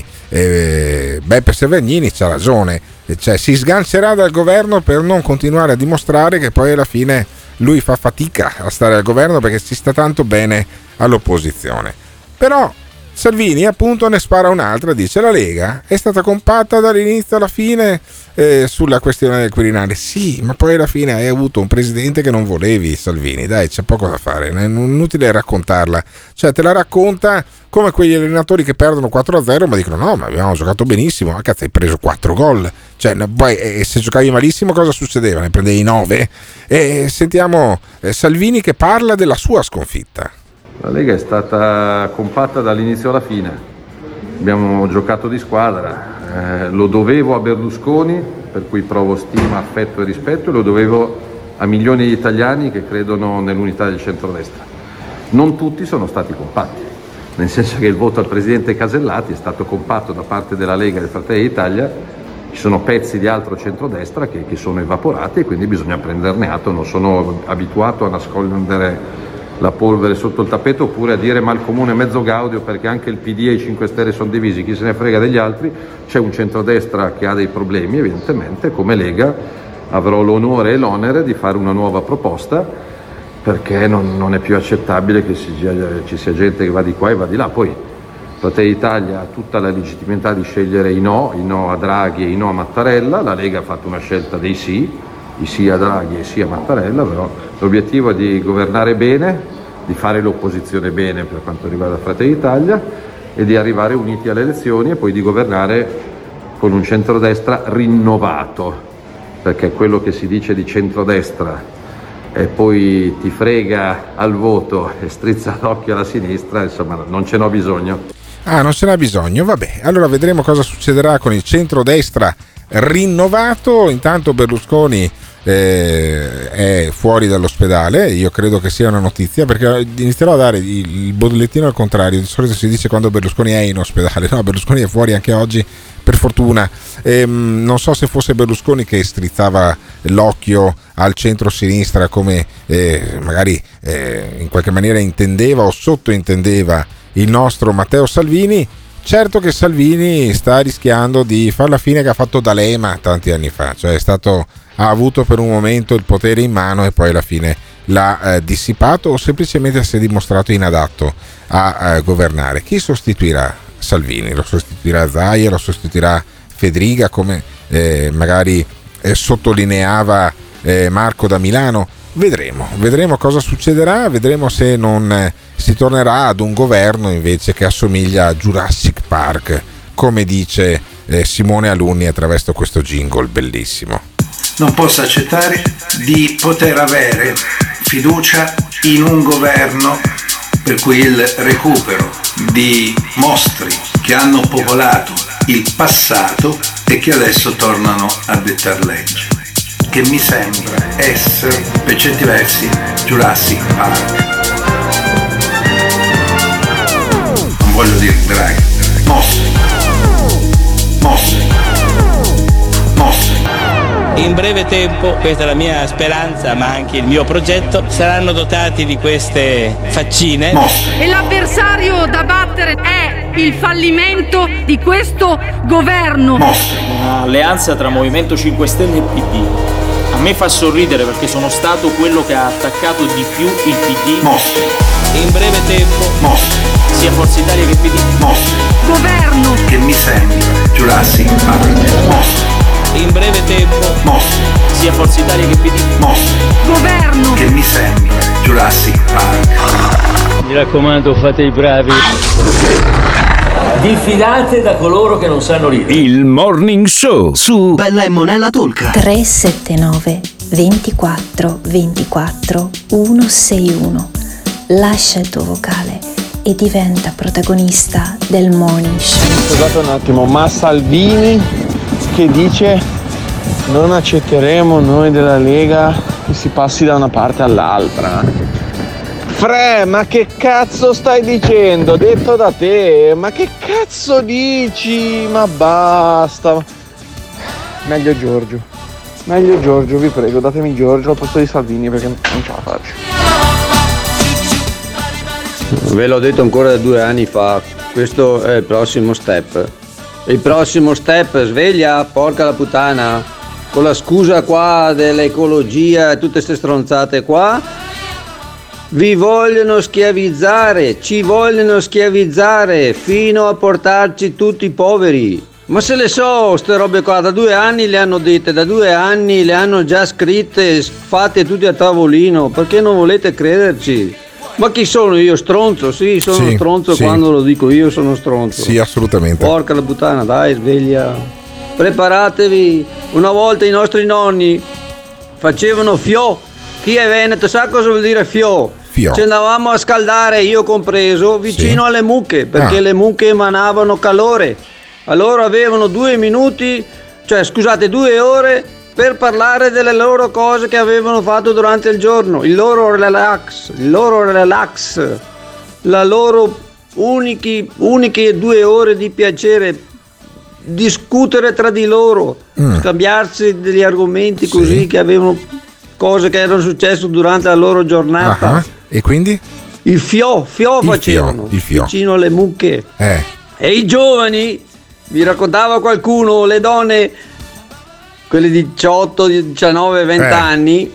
eh, Beppe Severnini, c'ha ragione, cioè si sgancerà dal governo per non continuare a dimostrare che poi alla fine lui fa fatica a stare al governo perché si sta tanto bene all'opposizione. Però Salvini appunto ne spara un'altra, dice: la Lega è stata compatta dall'inizio alla fine eh, sulla questione del Quirinale. Sì, ma poi alla fine hai avuto un presidente che non volevi, Salvini, dai, c'è poco da fare, è inutile raccontarla, cioè te la racconta come quegli allenatori che perdono quattro a zero ma dicono: no, ma abbiamo giocato benissimo, ma cazzo hai preso quattro gol, Cioè, poi eh, se giocavi malissimo cosa succedeva? Ne prendevi nove? E sentiamo eh, Salvini che parla della sua sconfitta. La Lega è stata compatta dall'inizio alla fine, abbiamo giocato di squadra, eh, lo dovevo a Berlusconi, per cui provo stima, affetto e rispetto, e lo dovevo a milioni di italiani che credono nell'unità del centrodestra. Non tutti sono stati compatti, nel senso che il voto al presidente Casellati è stato compatto da parte della Lega e del Fratelli d'Italia. Ci sono pezzi di altro centrodestra che, che sono evaporati e quindi bisogna prenderne atto. Non sono abituato a nascondere la polvere sotto il tappeto oppure a dire ma il comune è mezzo gaudio perché anche il P D e i cinque Stelle sono divisi, chi se ne frega degli altri. C'è un centrodestra che ha dei problemi, evidentemente. Come Lega avrò l'onore e l'onere di fare una nuova proposta, perché non, non è più accettabile che ci sia, ci sia gente che va di qua e va di là. Poi Fratelli d'Italia ha tutta la legittimità di scegliere i no, i no a Draghi e i no a Mattarella. La Lega ha fatto una scelta dei sì, i sì a Draghi e i sì a Mattarella, però l'obiettivo è di governare bene, di fare l'opposizione bene per quanto riguarda Fratelli d'Italia e di arrivare uniti alle elezioni e poi di governare con un centrodestra rinnovato, perché quello che si dice di centrodestra e poi ti frega al voto e strizza l'occhio alla sinistra, insomma non ce n'ho bisogno. Ah, non ce n'ha bisogno, vabbè, allora vedremo cosa succederà con il centrodestra rinnovato. Intanto Berlusconi eh, è fuori dall'ospedale, io credo che sia una notizia, perché inizierò a dare il, il bollettino al contrario. Di solito si dice quando Berlusconi è in ospedale, no, Berlusconi è fuori anche oggi, per fortuna. Ehm, non so se fosse Berlusconi che strizzava l'occhio al centro-sinistra come eh, magari eh, in qualche maniera intendeva o sottointendeva il nostro Matteo Salvini. Certo che Salvini sta rischiando di fare la fine che ha fatto D'Alema tanti anni fa, cioè è stato, ha avuto per un momento il potere in mano e poi alla fine l'ha eh, dissipato o semplicemente si è dimostrato inadatto a eh, governare. Chi sostituirà Salvini? Lo sostituirà Zaia, lo sostituirà Fedriga, come eh, magari eh, sottolineava eh, Marco da Milano? Vedremo, vedremo cosa succederà, vedremo se non eh, si tornerà ad un governo invece che assomiglia a Jurassic Park, come dice eh, Simone Alunni attraverso questo jingle bellissimo. Non posso accettare di poter avere fiducia in un governo per cui il recupero di mostri che hanno popolato il passato e che adesso tornano a dettar legge, che mi sembra essere per certi versi Jurassic Park. Non voglio dire Draghi, mostri, mostri, mostri. In breve tempo, questa è la mia speranza ma anche il mio progetto, saranno dotati di queste faccine. E l'avversario da battere è il fallimento di questo governo. Un'alleanza tra Movimento cinque Stelle e P D. A me fa sorridere perché sono stato quello che ha attaccato di più il P D. In breve tempo, sia Forza Italia che P D. Governo che mi sembra Jurassic Park. In breve tempo, sia Forza Italia che P D. Governo che mi sembra Jurassic Park. Mi raccomando, fate i bravi. Diffidate da coloro che non sanno ridere. Il Morning Show su Bella e Monella Talk. tre sette nove ventiquattro ventiquattro centosessantuno. Lascia il tuo vocale e diventa protagonista del Morning Show. Scusate un attimo, ma Salvini che dice non accetteremo noi della Lega che si passi da una parte all'altra. Fre, ma che cazzo stai dicendo? Detto da te, ma che cazzo dici? Ma basta. Meglio Giorgio. Meglio Giorgio, vi prego, datemi Giorgio al posto di Salvini perché non ce la faccio. Ve l'ho detto ancora due anni fa, questo è il prossimo step. Il prossimo step, sveglia, porca la puttana. Con la scusa qua dell'ecologia e tutte queste stronzate qua, vi vogliono schiavizzare, ci vogliono schiavizzare fino a portarci tutti poveri. Ma se le so, ste robe qua, da due anni le hanno dette, da due anni le hanno già scritte, fatte tutti a tavolino, perché non volete crederci? Ma chi sono io? Stronzo? Sì, sono sì, stronzo sì. Quando lo dico io sono stronzo. Sì, assolutamente. Porca la puttana, dai, sveglia. preparatevi. Una volta i nostri nonni facevano fiò. Chi è veneto sa cosa vuol dire fiò? Fio. Ci andavamo a scaldare, io compreso, vicino sì. alle mucche, perché ah. le mucche emanavano calore. Allora avevano due minuti, cioè scusate, due ore per parlare delle loro cose che avevano fatto durante il giorno, il loro relax, il loro relax, la loro unici, uniche due ore di piacere, discutere tra di loro, mm. scambiarsi degli argomenti sì. così, che avevano cose che erano successe durante la loro giornata. Uh-huh. E quindi? Il fiò, fiò il facevano, fio, il fio. vicino alle mucche. Eh. E i giovani, vi raccontava qualcuno, le donne, quelle di diciotto, diciannove, venti eh. anni,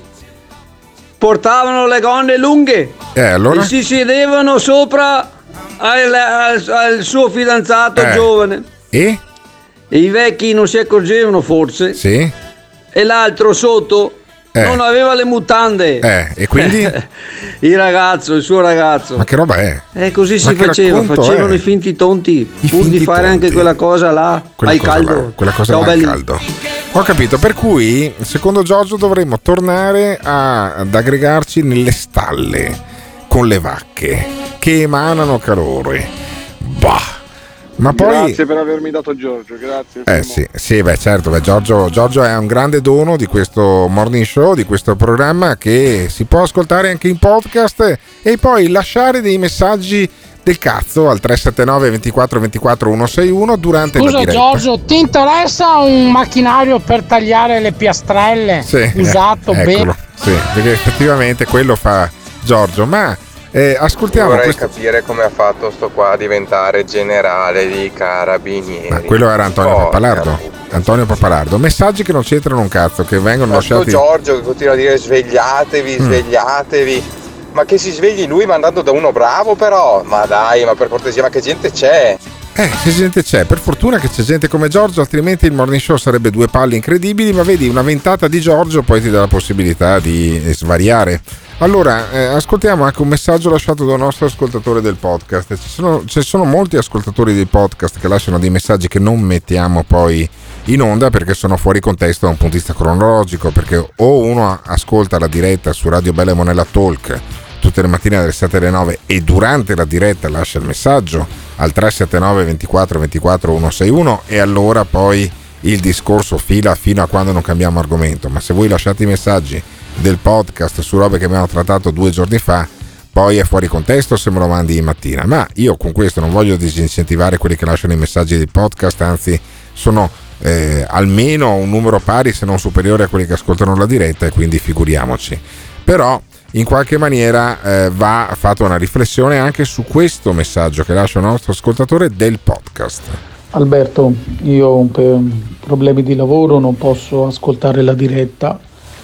portavano le gonne lunghe. Eh, allora? E si sedevano sopra al, al, al suo fidanzato eh. giovane. E? E i vecchi non si accorgevano forse. Sì. E l'altro sotto eh. non aveva le mutande. Eh, e quindi? Il ragazzo, il suo ragazzo. Ma che roba è? E così Ma si faceva, facevano è? i finti tonti, I pur finti di fare tonti. anche quella cosa là Quella al cosa caldo. là, quella cosa là al caldo. Ho capito, per cui secondo Giorgio dovremmo tornare a, ad aggregarci nelle stalle con le vacche che emanano calore. Bah. Ma poi... Grazie per avermi dato Giorgio, grazie. Eh sì, sì, beh certo, beh, Giorgio, Giorgio è un grande dono di questo morning show, di questo programma che si può ascoltare anche in podcast e poi lasciare dei messaggi del cazzo al tre sette nove ventiquattro ventiquattro centosessantuno durante Scusa, la diretta. Giorgio, ti interessa un macchinario per tagliare le piastrelle? Sì, usato eh, bene? Sì, perché effettivamente quello fa Giorgio, ma Eh, ascoltiamo. Vorrei questo... capire come ha fatto sto qua a diventare generale di carabinieri. Ma quello era Antonio oh, Pappalardo. Antonio Pappalardo. Messaggi che non c'entrano un cazzo, che vengono ma lasciati. Giorgio che continua a dire svegliatevi, mm. svegliatevi. Ma che si svegli lui mandando da uno bravo però. Ma dai, ma per cortesia, ma che gente c'è? Eh, che gente c'è, per fortuna che c'è gente come Giorgio, altrimenti il morning show sarebbe due palle incredibili, ma vedi, una ventata di Giorgio poi ti dà la possibilità di svariare. Allora, eh, ascoltiamo anche un messaggio lasciato da un nostro ascoltatore del podcast. Ci sono, ci sono molti ascoltatori dei podcast che lasciano dei messaggi che non mettiamo poi in onda perché sono fuori contesto da un punto di vista cronologico, perché o uno ascolta la diretta su Radio Bella e Monella Talk tutte le mattine dalle sette alle nove e durante la diretta lascia il messaggio al tre sette nove ventiquattro ventiquattro centosessantuno e allora poi il discorso fila fino a quando non cambiamo argomento. Ma se voi lasciate i messaggi del podcast su robe che abbiamo trattato due giorni fa, poi è fuori contesto se me lo mandi in mattina. Ma io con questo non voglio disincentivare quelli che lasciano i messaggi del podcast, anzi sono eh, almeno un numero pari se non superiore a quelli che ascoltano la diretta, e quindi figuriamoci. Però in qualche maniera eh, va fatta una riflessione anche su questo messaggio che lascia il nostro ascoltatore del podcast. Alberto, io per problemi di lavoro non posso ascoltare la diretta,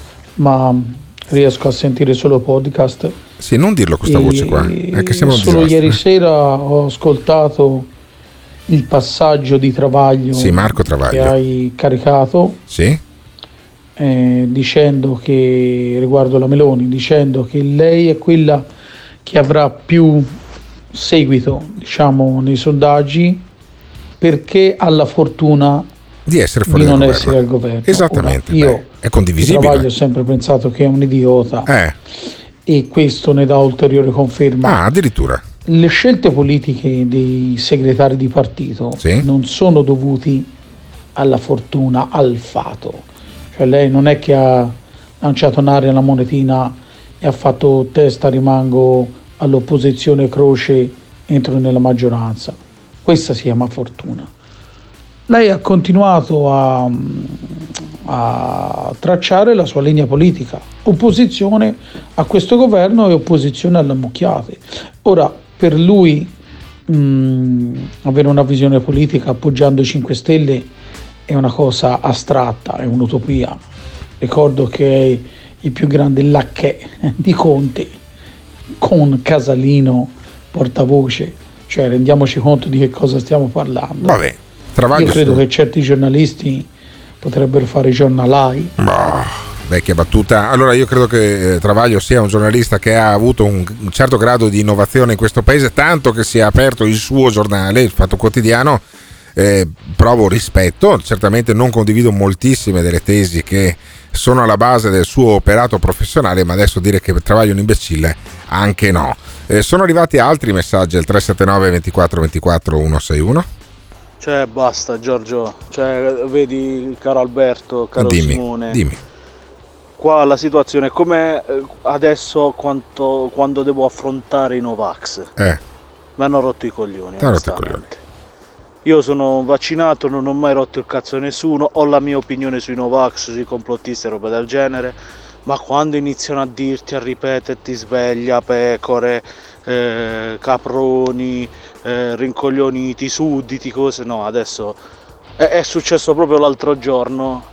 ma riesco a sentire solo podcast. Sì, non dirlo questa voce qua, è che siamo solo disastri. Ieri sera ho ascoltato il passaggio di Travaglio, sì, Marco Travaglio, che hai caricato, sì, eh, dicendo che riguardo la Meloni, dicendo che lei è quella che avrà più seguito, diciamo, nei sondaggi perché ha la fortuna di essere fuori di non governo. essere al governo. Esattamente. Ora, io beh, è condivisibile. Travaglio ho sempre pensato che è un idiota eh. e questo ne dà ulteriore conferma. Ah, addirittura. Le scelte politiche dei segretari di partito sì. non sono dovuti alla fortuna, al fato. Cioè lei non è che ha lanciato in aria la monetina e ha fatto testa rimango all'opposizione, croce, entro nella maggioranza. Questa si chiama fortuna. Lei ha continuato a, a tracciare la sua linea politica, opposizione a questo governo e opposizione alle ammucchiate. Ora, per lui mh, avere una visione politica appoggiando i cinque Stelle è una cosa astratta, è un'utopia. Ricordo che il più grande lacchè di Conte con Casalino portavoce, cioè rendiamoci conto di che cosa stiamo parlando. Vabbè, Travaglio io credo su... che certi giornalisti potrebbero fare giornalai. Bah, vecchia battuta. Allora io credo che eh, Travaglio sia un giornalista che ha avuto un, un certo grado di innovazione in questo paese, tanto che si è aperto il suo giornale, il Fatto Quotidiano, eh, provo rispetto, certamente non condivido moltissime delle tesi che sono alla base del suo operato professionale, ma adesso dire che Travaglio è un imbecille anche no. Eh, sono arrivati altri messaggi al tre sette nove ventiquattro ventiquattro centosessantuno. Cioè basta Giorgio, cioè vedi caro Alberto, caro dimmi, Simone, dimmi. Qua la situazione è come adesso quanto, quando devo affrontare i Novax. Eh. Mi hanno rotto i coglioni. Ti hanno rotto i coglioni. Io sono vaccinato, non ho mai rotto il cazzo a nessuno, ho la mia opinione sui Novax, sui complottisti e roba del genere, ma quando iniziano a dirti, a ripeterti sveglia, pecore, eh, caproni, eh, rincoglioniti, sudditi, cose, no, adesso è, è successo proprio l'altro giorno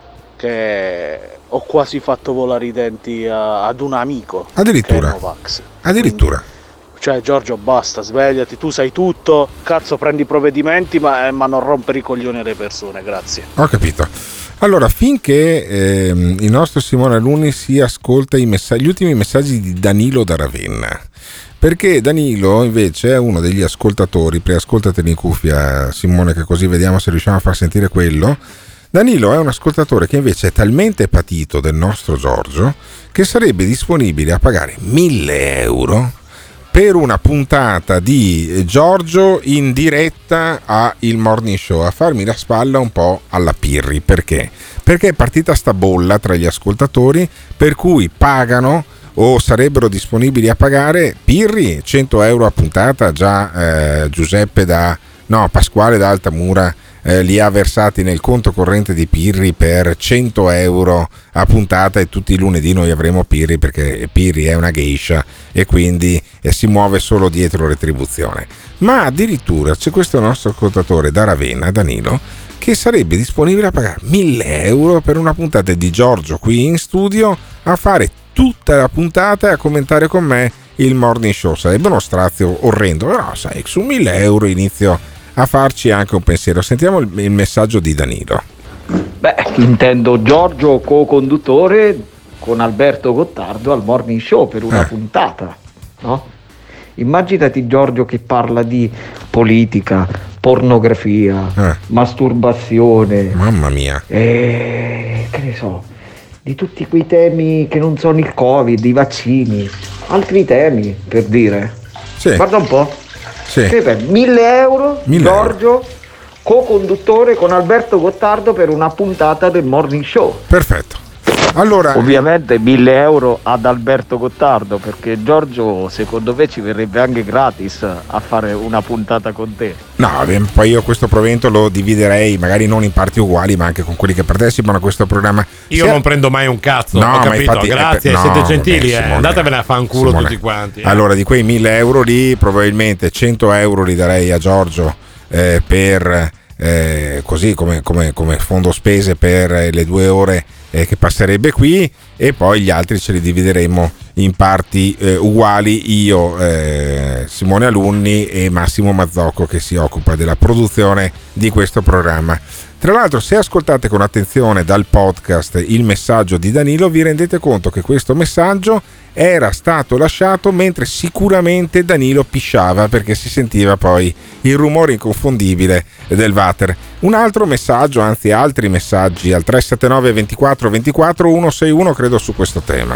che ho quasi fatto volare i denti a, ad un amico. Addirittura. Che è Novax. Addirittura. Quindi, cioè Giorgio basta, svegliati, tu sai tutto, cazzo prendi i provvedimenti ma, ma non rompere i coglioni alle persone, grazie. Ho capito. Allora, finché ehm, il nostro Simone Alunni si ascolta i messaggi, gli ultimi messaggi di Danilo da Ravenna, perché Danilo invece è uno degli ascoltatori, preascoltateli in cuffia Simone, che così vediamo se riusciamo a far sentire quello. Danilo è un ascoltatore che invece è talmente patito del nostro Giorgio che sarebbe disponibile a pagare mille euro per una puntata di Giorgio in diretta a Il Morning Show, a farmi la spalla un po' alla Pirri. Perché? Perché è partita sta bolla tra gli ascoltatori per cui pagano o sarebbero disponibili a pagare Pirri cento euro a puntata, già eh, Giuseppe da no Pasquale da Altamura Eh, li ha versati nel conto corrente di Pirri per cento euro a puntata, e tutti i lunedì noi avremo Pirri, perché Pirri è una geisha e quindi eh, si muove solo dietro retribuzione. Ma addirittura c'è questo nostro ascoltatore da Ravenna, Danilo, che sarebbe disponibile a pagare mille euro per una puntata di Giorgio qui in studio, a fare tutta la puntata e a commentare con me il Morning Show. Sarebbe uno strazio orrendo, però sai, su mille euro inizio a farci anche un pensiero. Sentiamo il, il messaggio di Danilo. Beh, intendo Giorgio co-conduttore con Alberto Gottardo al Morning Show per una eh. puntata, no? Immaginati Giorgio che parla di politica, pornografia, eh. masturbazione, mamma mia, e che ne so, di tutti quei temi che non sono il Covid, i vaccini, altri temi, per dire. Sì. Guarda un po'. Sì. mille euro, Giorgio, co-conduttore con Alberto Gottardo per una puntata del Morning Show. Perfetto. Allora, ovviamente mille euro ad Alberto Gottardo, perché Giorgio secondo me ci verrebbe anche gratis a fare una puntata con te. No, poi io questo provento lo dividerei magari non in parti uguali, ma anche con quelli che partecipano a questo programma. Io Se... non prendo mai un cazzo, no, ho capito, infatti, grazie, eh, no, siete gentili, vabbè, eh. Andatevene a fanculo Simone. tutti quanti. Eh. Allora, di quei mille euro lì, probabilmente cento euro li darei a Giorgio eh, per eh, così come, come, come fondo spese per le due ore eh, che passerebbe qui, e poi gli altri ce li divideremo in parti eh, uguali, io, eh, Simone Alunni e Massimo Mazzocco, che si occupa della produzione di questo programma. Tra l'altro, se ascoltate con attenzione dal podcast il messaggio di Danilo, vi rendete conto che questo messaggio era stato lasciato mentre sicuramente Danilo pisciava, perché si sentiva poi il rumore inconfondibile del water. Un altro messaggio, anzi altri messaggi al tre sette nove ventiquattro ventiquattro centosessantuno, credo, su questo tema.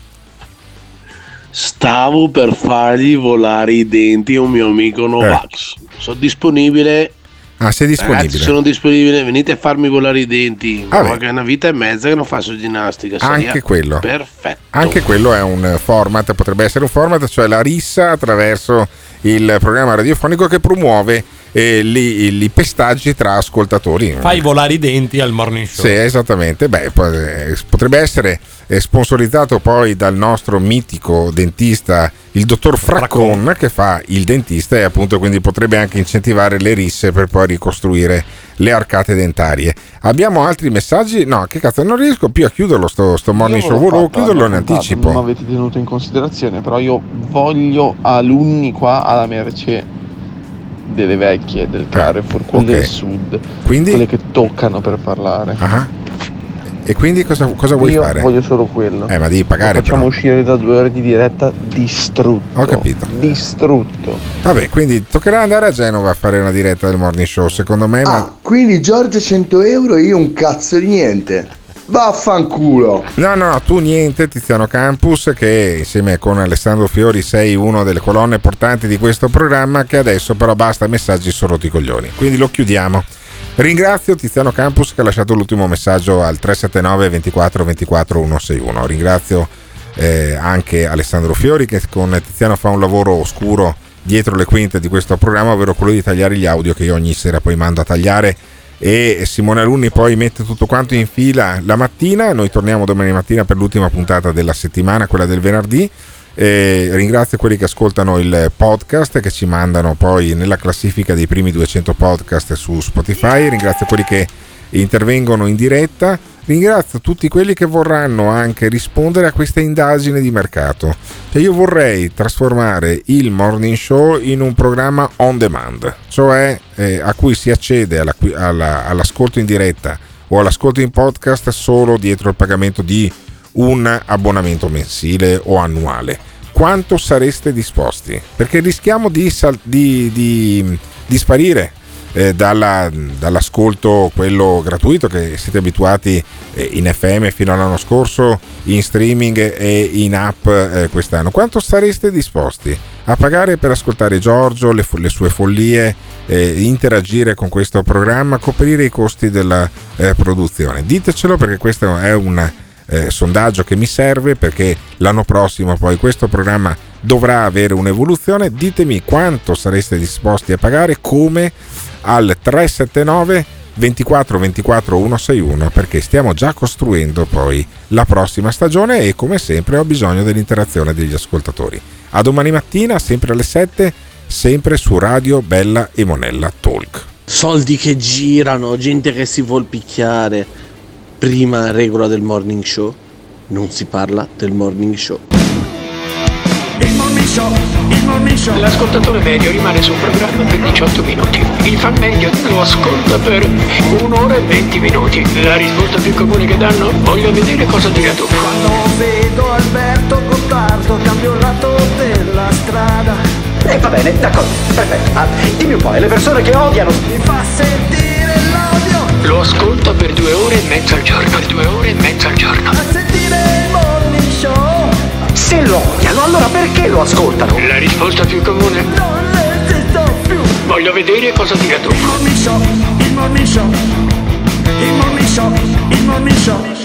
Stavo per fargli volare i denti a un mio amico Novax. Eh. Sono disponibile. Ah, sei disponibile? Ragazzi, sono disponibile, venite a farmi volare i denti. Ah, ma che è una vita e mezza che non faccio ginnastica. Anche seria. quello. Perfetto. Anche quello è un format, potrebbe essere un format, cioè la rissa attraverso il programma radiofonico che promuove eh, li, li pestaggi tra ascoltatori. Fai volare i denti al Morning Show. Sì, esattamente. Beh, potrebbe essere sponsorizzato poi dal nostro mitico dentista, il dottor Fraccon, Fraccon, che fa il dentista, e appunto quindi potrebbe anche incentivare le risse per poi ricostruire le arcate dentarie. Abbiamo altri messaggi? No, che cazzo, non riesco più a chiuderlo sto, sto Morning Show, volevo chiuderlo in anticipo. Non avete tenuto in considerazione, però io voglio Alunni qua alla merce delle vecchie del Carrefour, quelle okay. del sud, quindi? Quelle che toccano per parlare. Uh-huh. E quindi cosa, cosa vuoi Io fare? voglio solo quello. Eh, ma devi pagare. Lo facciamo però. uscire da due ore di diretta distrutto. Ho capito. Distrutto. Vabbè, quindi toccherà andare a Genova a fare una diretta del morning show, secondo me. Ma... Ah, quindi Giorgio cento euro e io un cazzo di niente. Vaffanculo. No, no, no, tu niente, Tiziano Campus, che insieme con Alessandro Fiori sei uno delle colonne portanti di questo programma, che adesso però basta messaggi sono rotti i coglioni. Quindi lo chiudiamo. Ringrazio Tiziano Campus che ha lasciato l'ultimo messaggio al tre sette nove ventiquattro ventiquattro centosessantuno. Ringrazio eh, anche Alessandro Fiori che con Tiziano fa un lavoro oscuro dietro le quinte di questo programma, ovvero quello di tagliare gli audio che io ogni sera poi mando a tagliare, e Simone Alunni poi mette tutto quanto in fila la mattina. Noi torniamo domani mattina per l'ultima puntata della settimana, quella del venerdì. E ringrazio quelli che ascoltano il podcast, che ci mandano poi nella classifica dei primi duecento podcast su Spotify. Ringrazio quelli che intervengono in diretta. Ringrazio tutti quelli che vorranno anche rispondere a questa indagine di mercato. Cioè, io vorrei trasformare il morning show in un programma on demand, cioè eh, a cui si accede alla, alla, all'ascolto in diretta o all'ascolto in podcast solo dietro il pagamento di un abbonamento mensile o annuale. Quanto sareste disposti? Perché rischiamo di, sal- di, di, di sparire eh, dalla, dall'ascolto quello gratuito che siete abituati eh, in F M fino all'anno scorso, in streaming e in app eh, quest'anno. Quanto sareste disposti a pagare per ascoltare Giorgio, le, le sue follie, eh, interagire con questo programma, coprire i costi della eh, produzione? Ditecelo, perché questo è un Eh, sondaggio che mi serve, perché l'anno prossimo poi questo programma dovrà avere un'evoluzione. Ditemi quanto sareste disposti a pagare, come al tre sette nove ventiquattro ventiquattro centosessantuno, perché stiamo già costruendo poi la prossima stagione e come sempre ho bisogno dell'interazione degli ascoltatori. A domani mattina sempre alle sette, sempre su Radio Bella e Monella Talk. Soldi che girano, gente che si vuol picchiare. Prima regola del morning show: non si parla del morning show. Il morning show, il morning show. L'ascoltatore medio rimane sul programma per diciotto minuti. Il fan medio lo ascolta per un'ora e venti minuti. La risposta più comune che danno: voglio vedere cosa dirà tu. Quando vedo Alberto Gottardo cambio il lato della strada. E eh, va bene, d'accordo, perfetto. Ah, dimmi un po', e le persone che odiano? Mi fa sentire l'odio. Lo ascolto per due ore e mezza al giorno. Per due ore e mezza al giorno. A sentire il morning show. Se lo odiano, allora perché lo ascoltano? La risposta più comune: non esisto più. Voglio vedere cosa dirà tu. Il morning show, il morning show, il morning show, il morning show.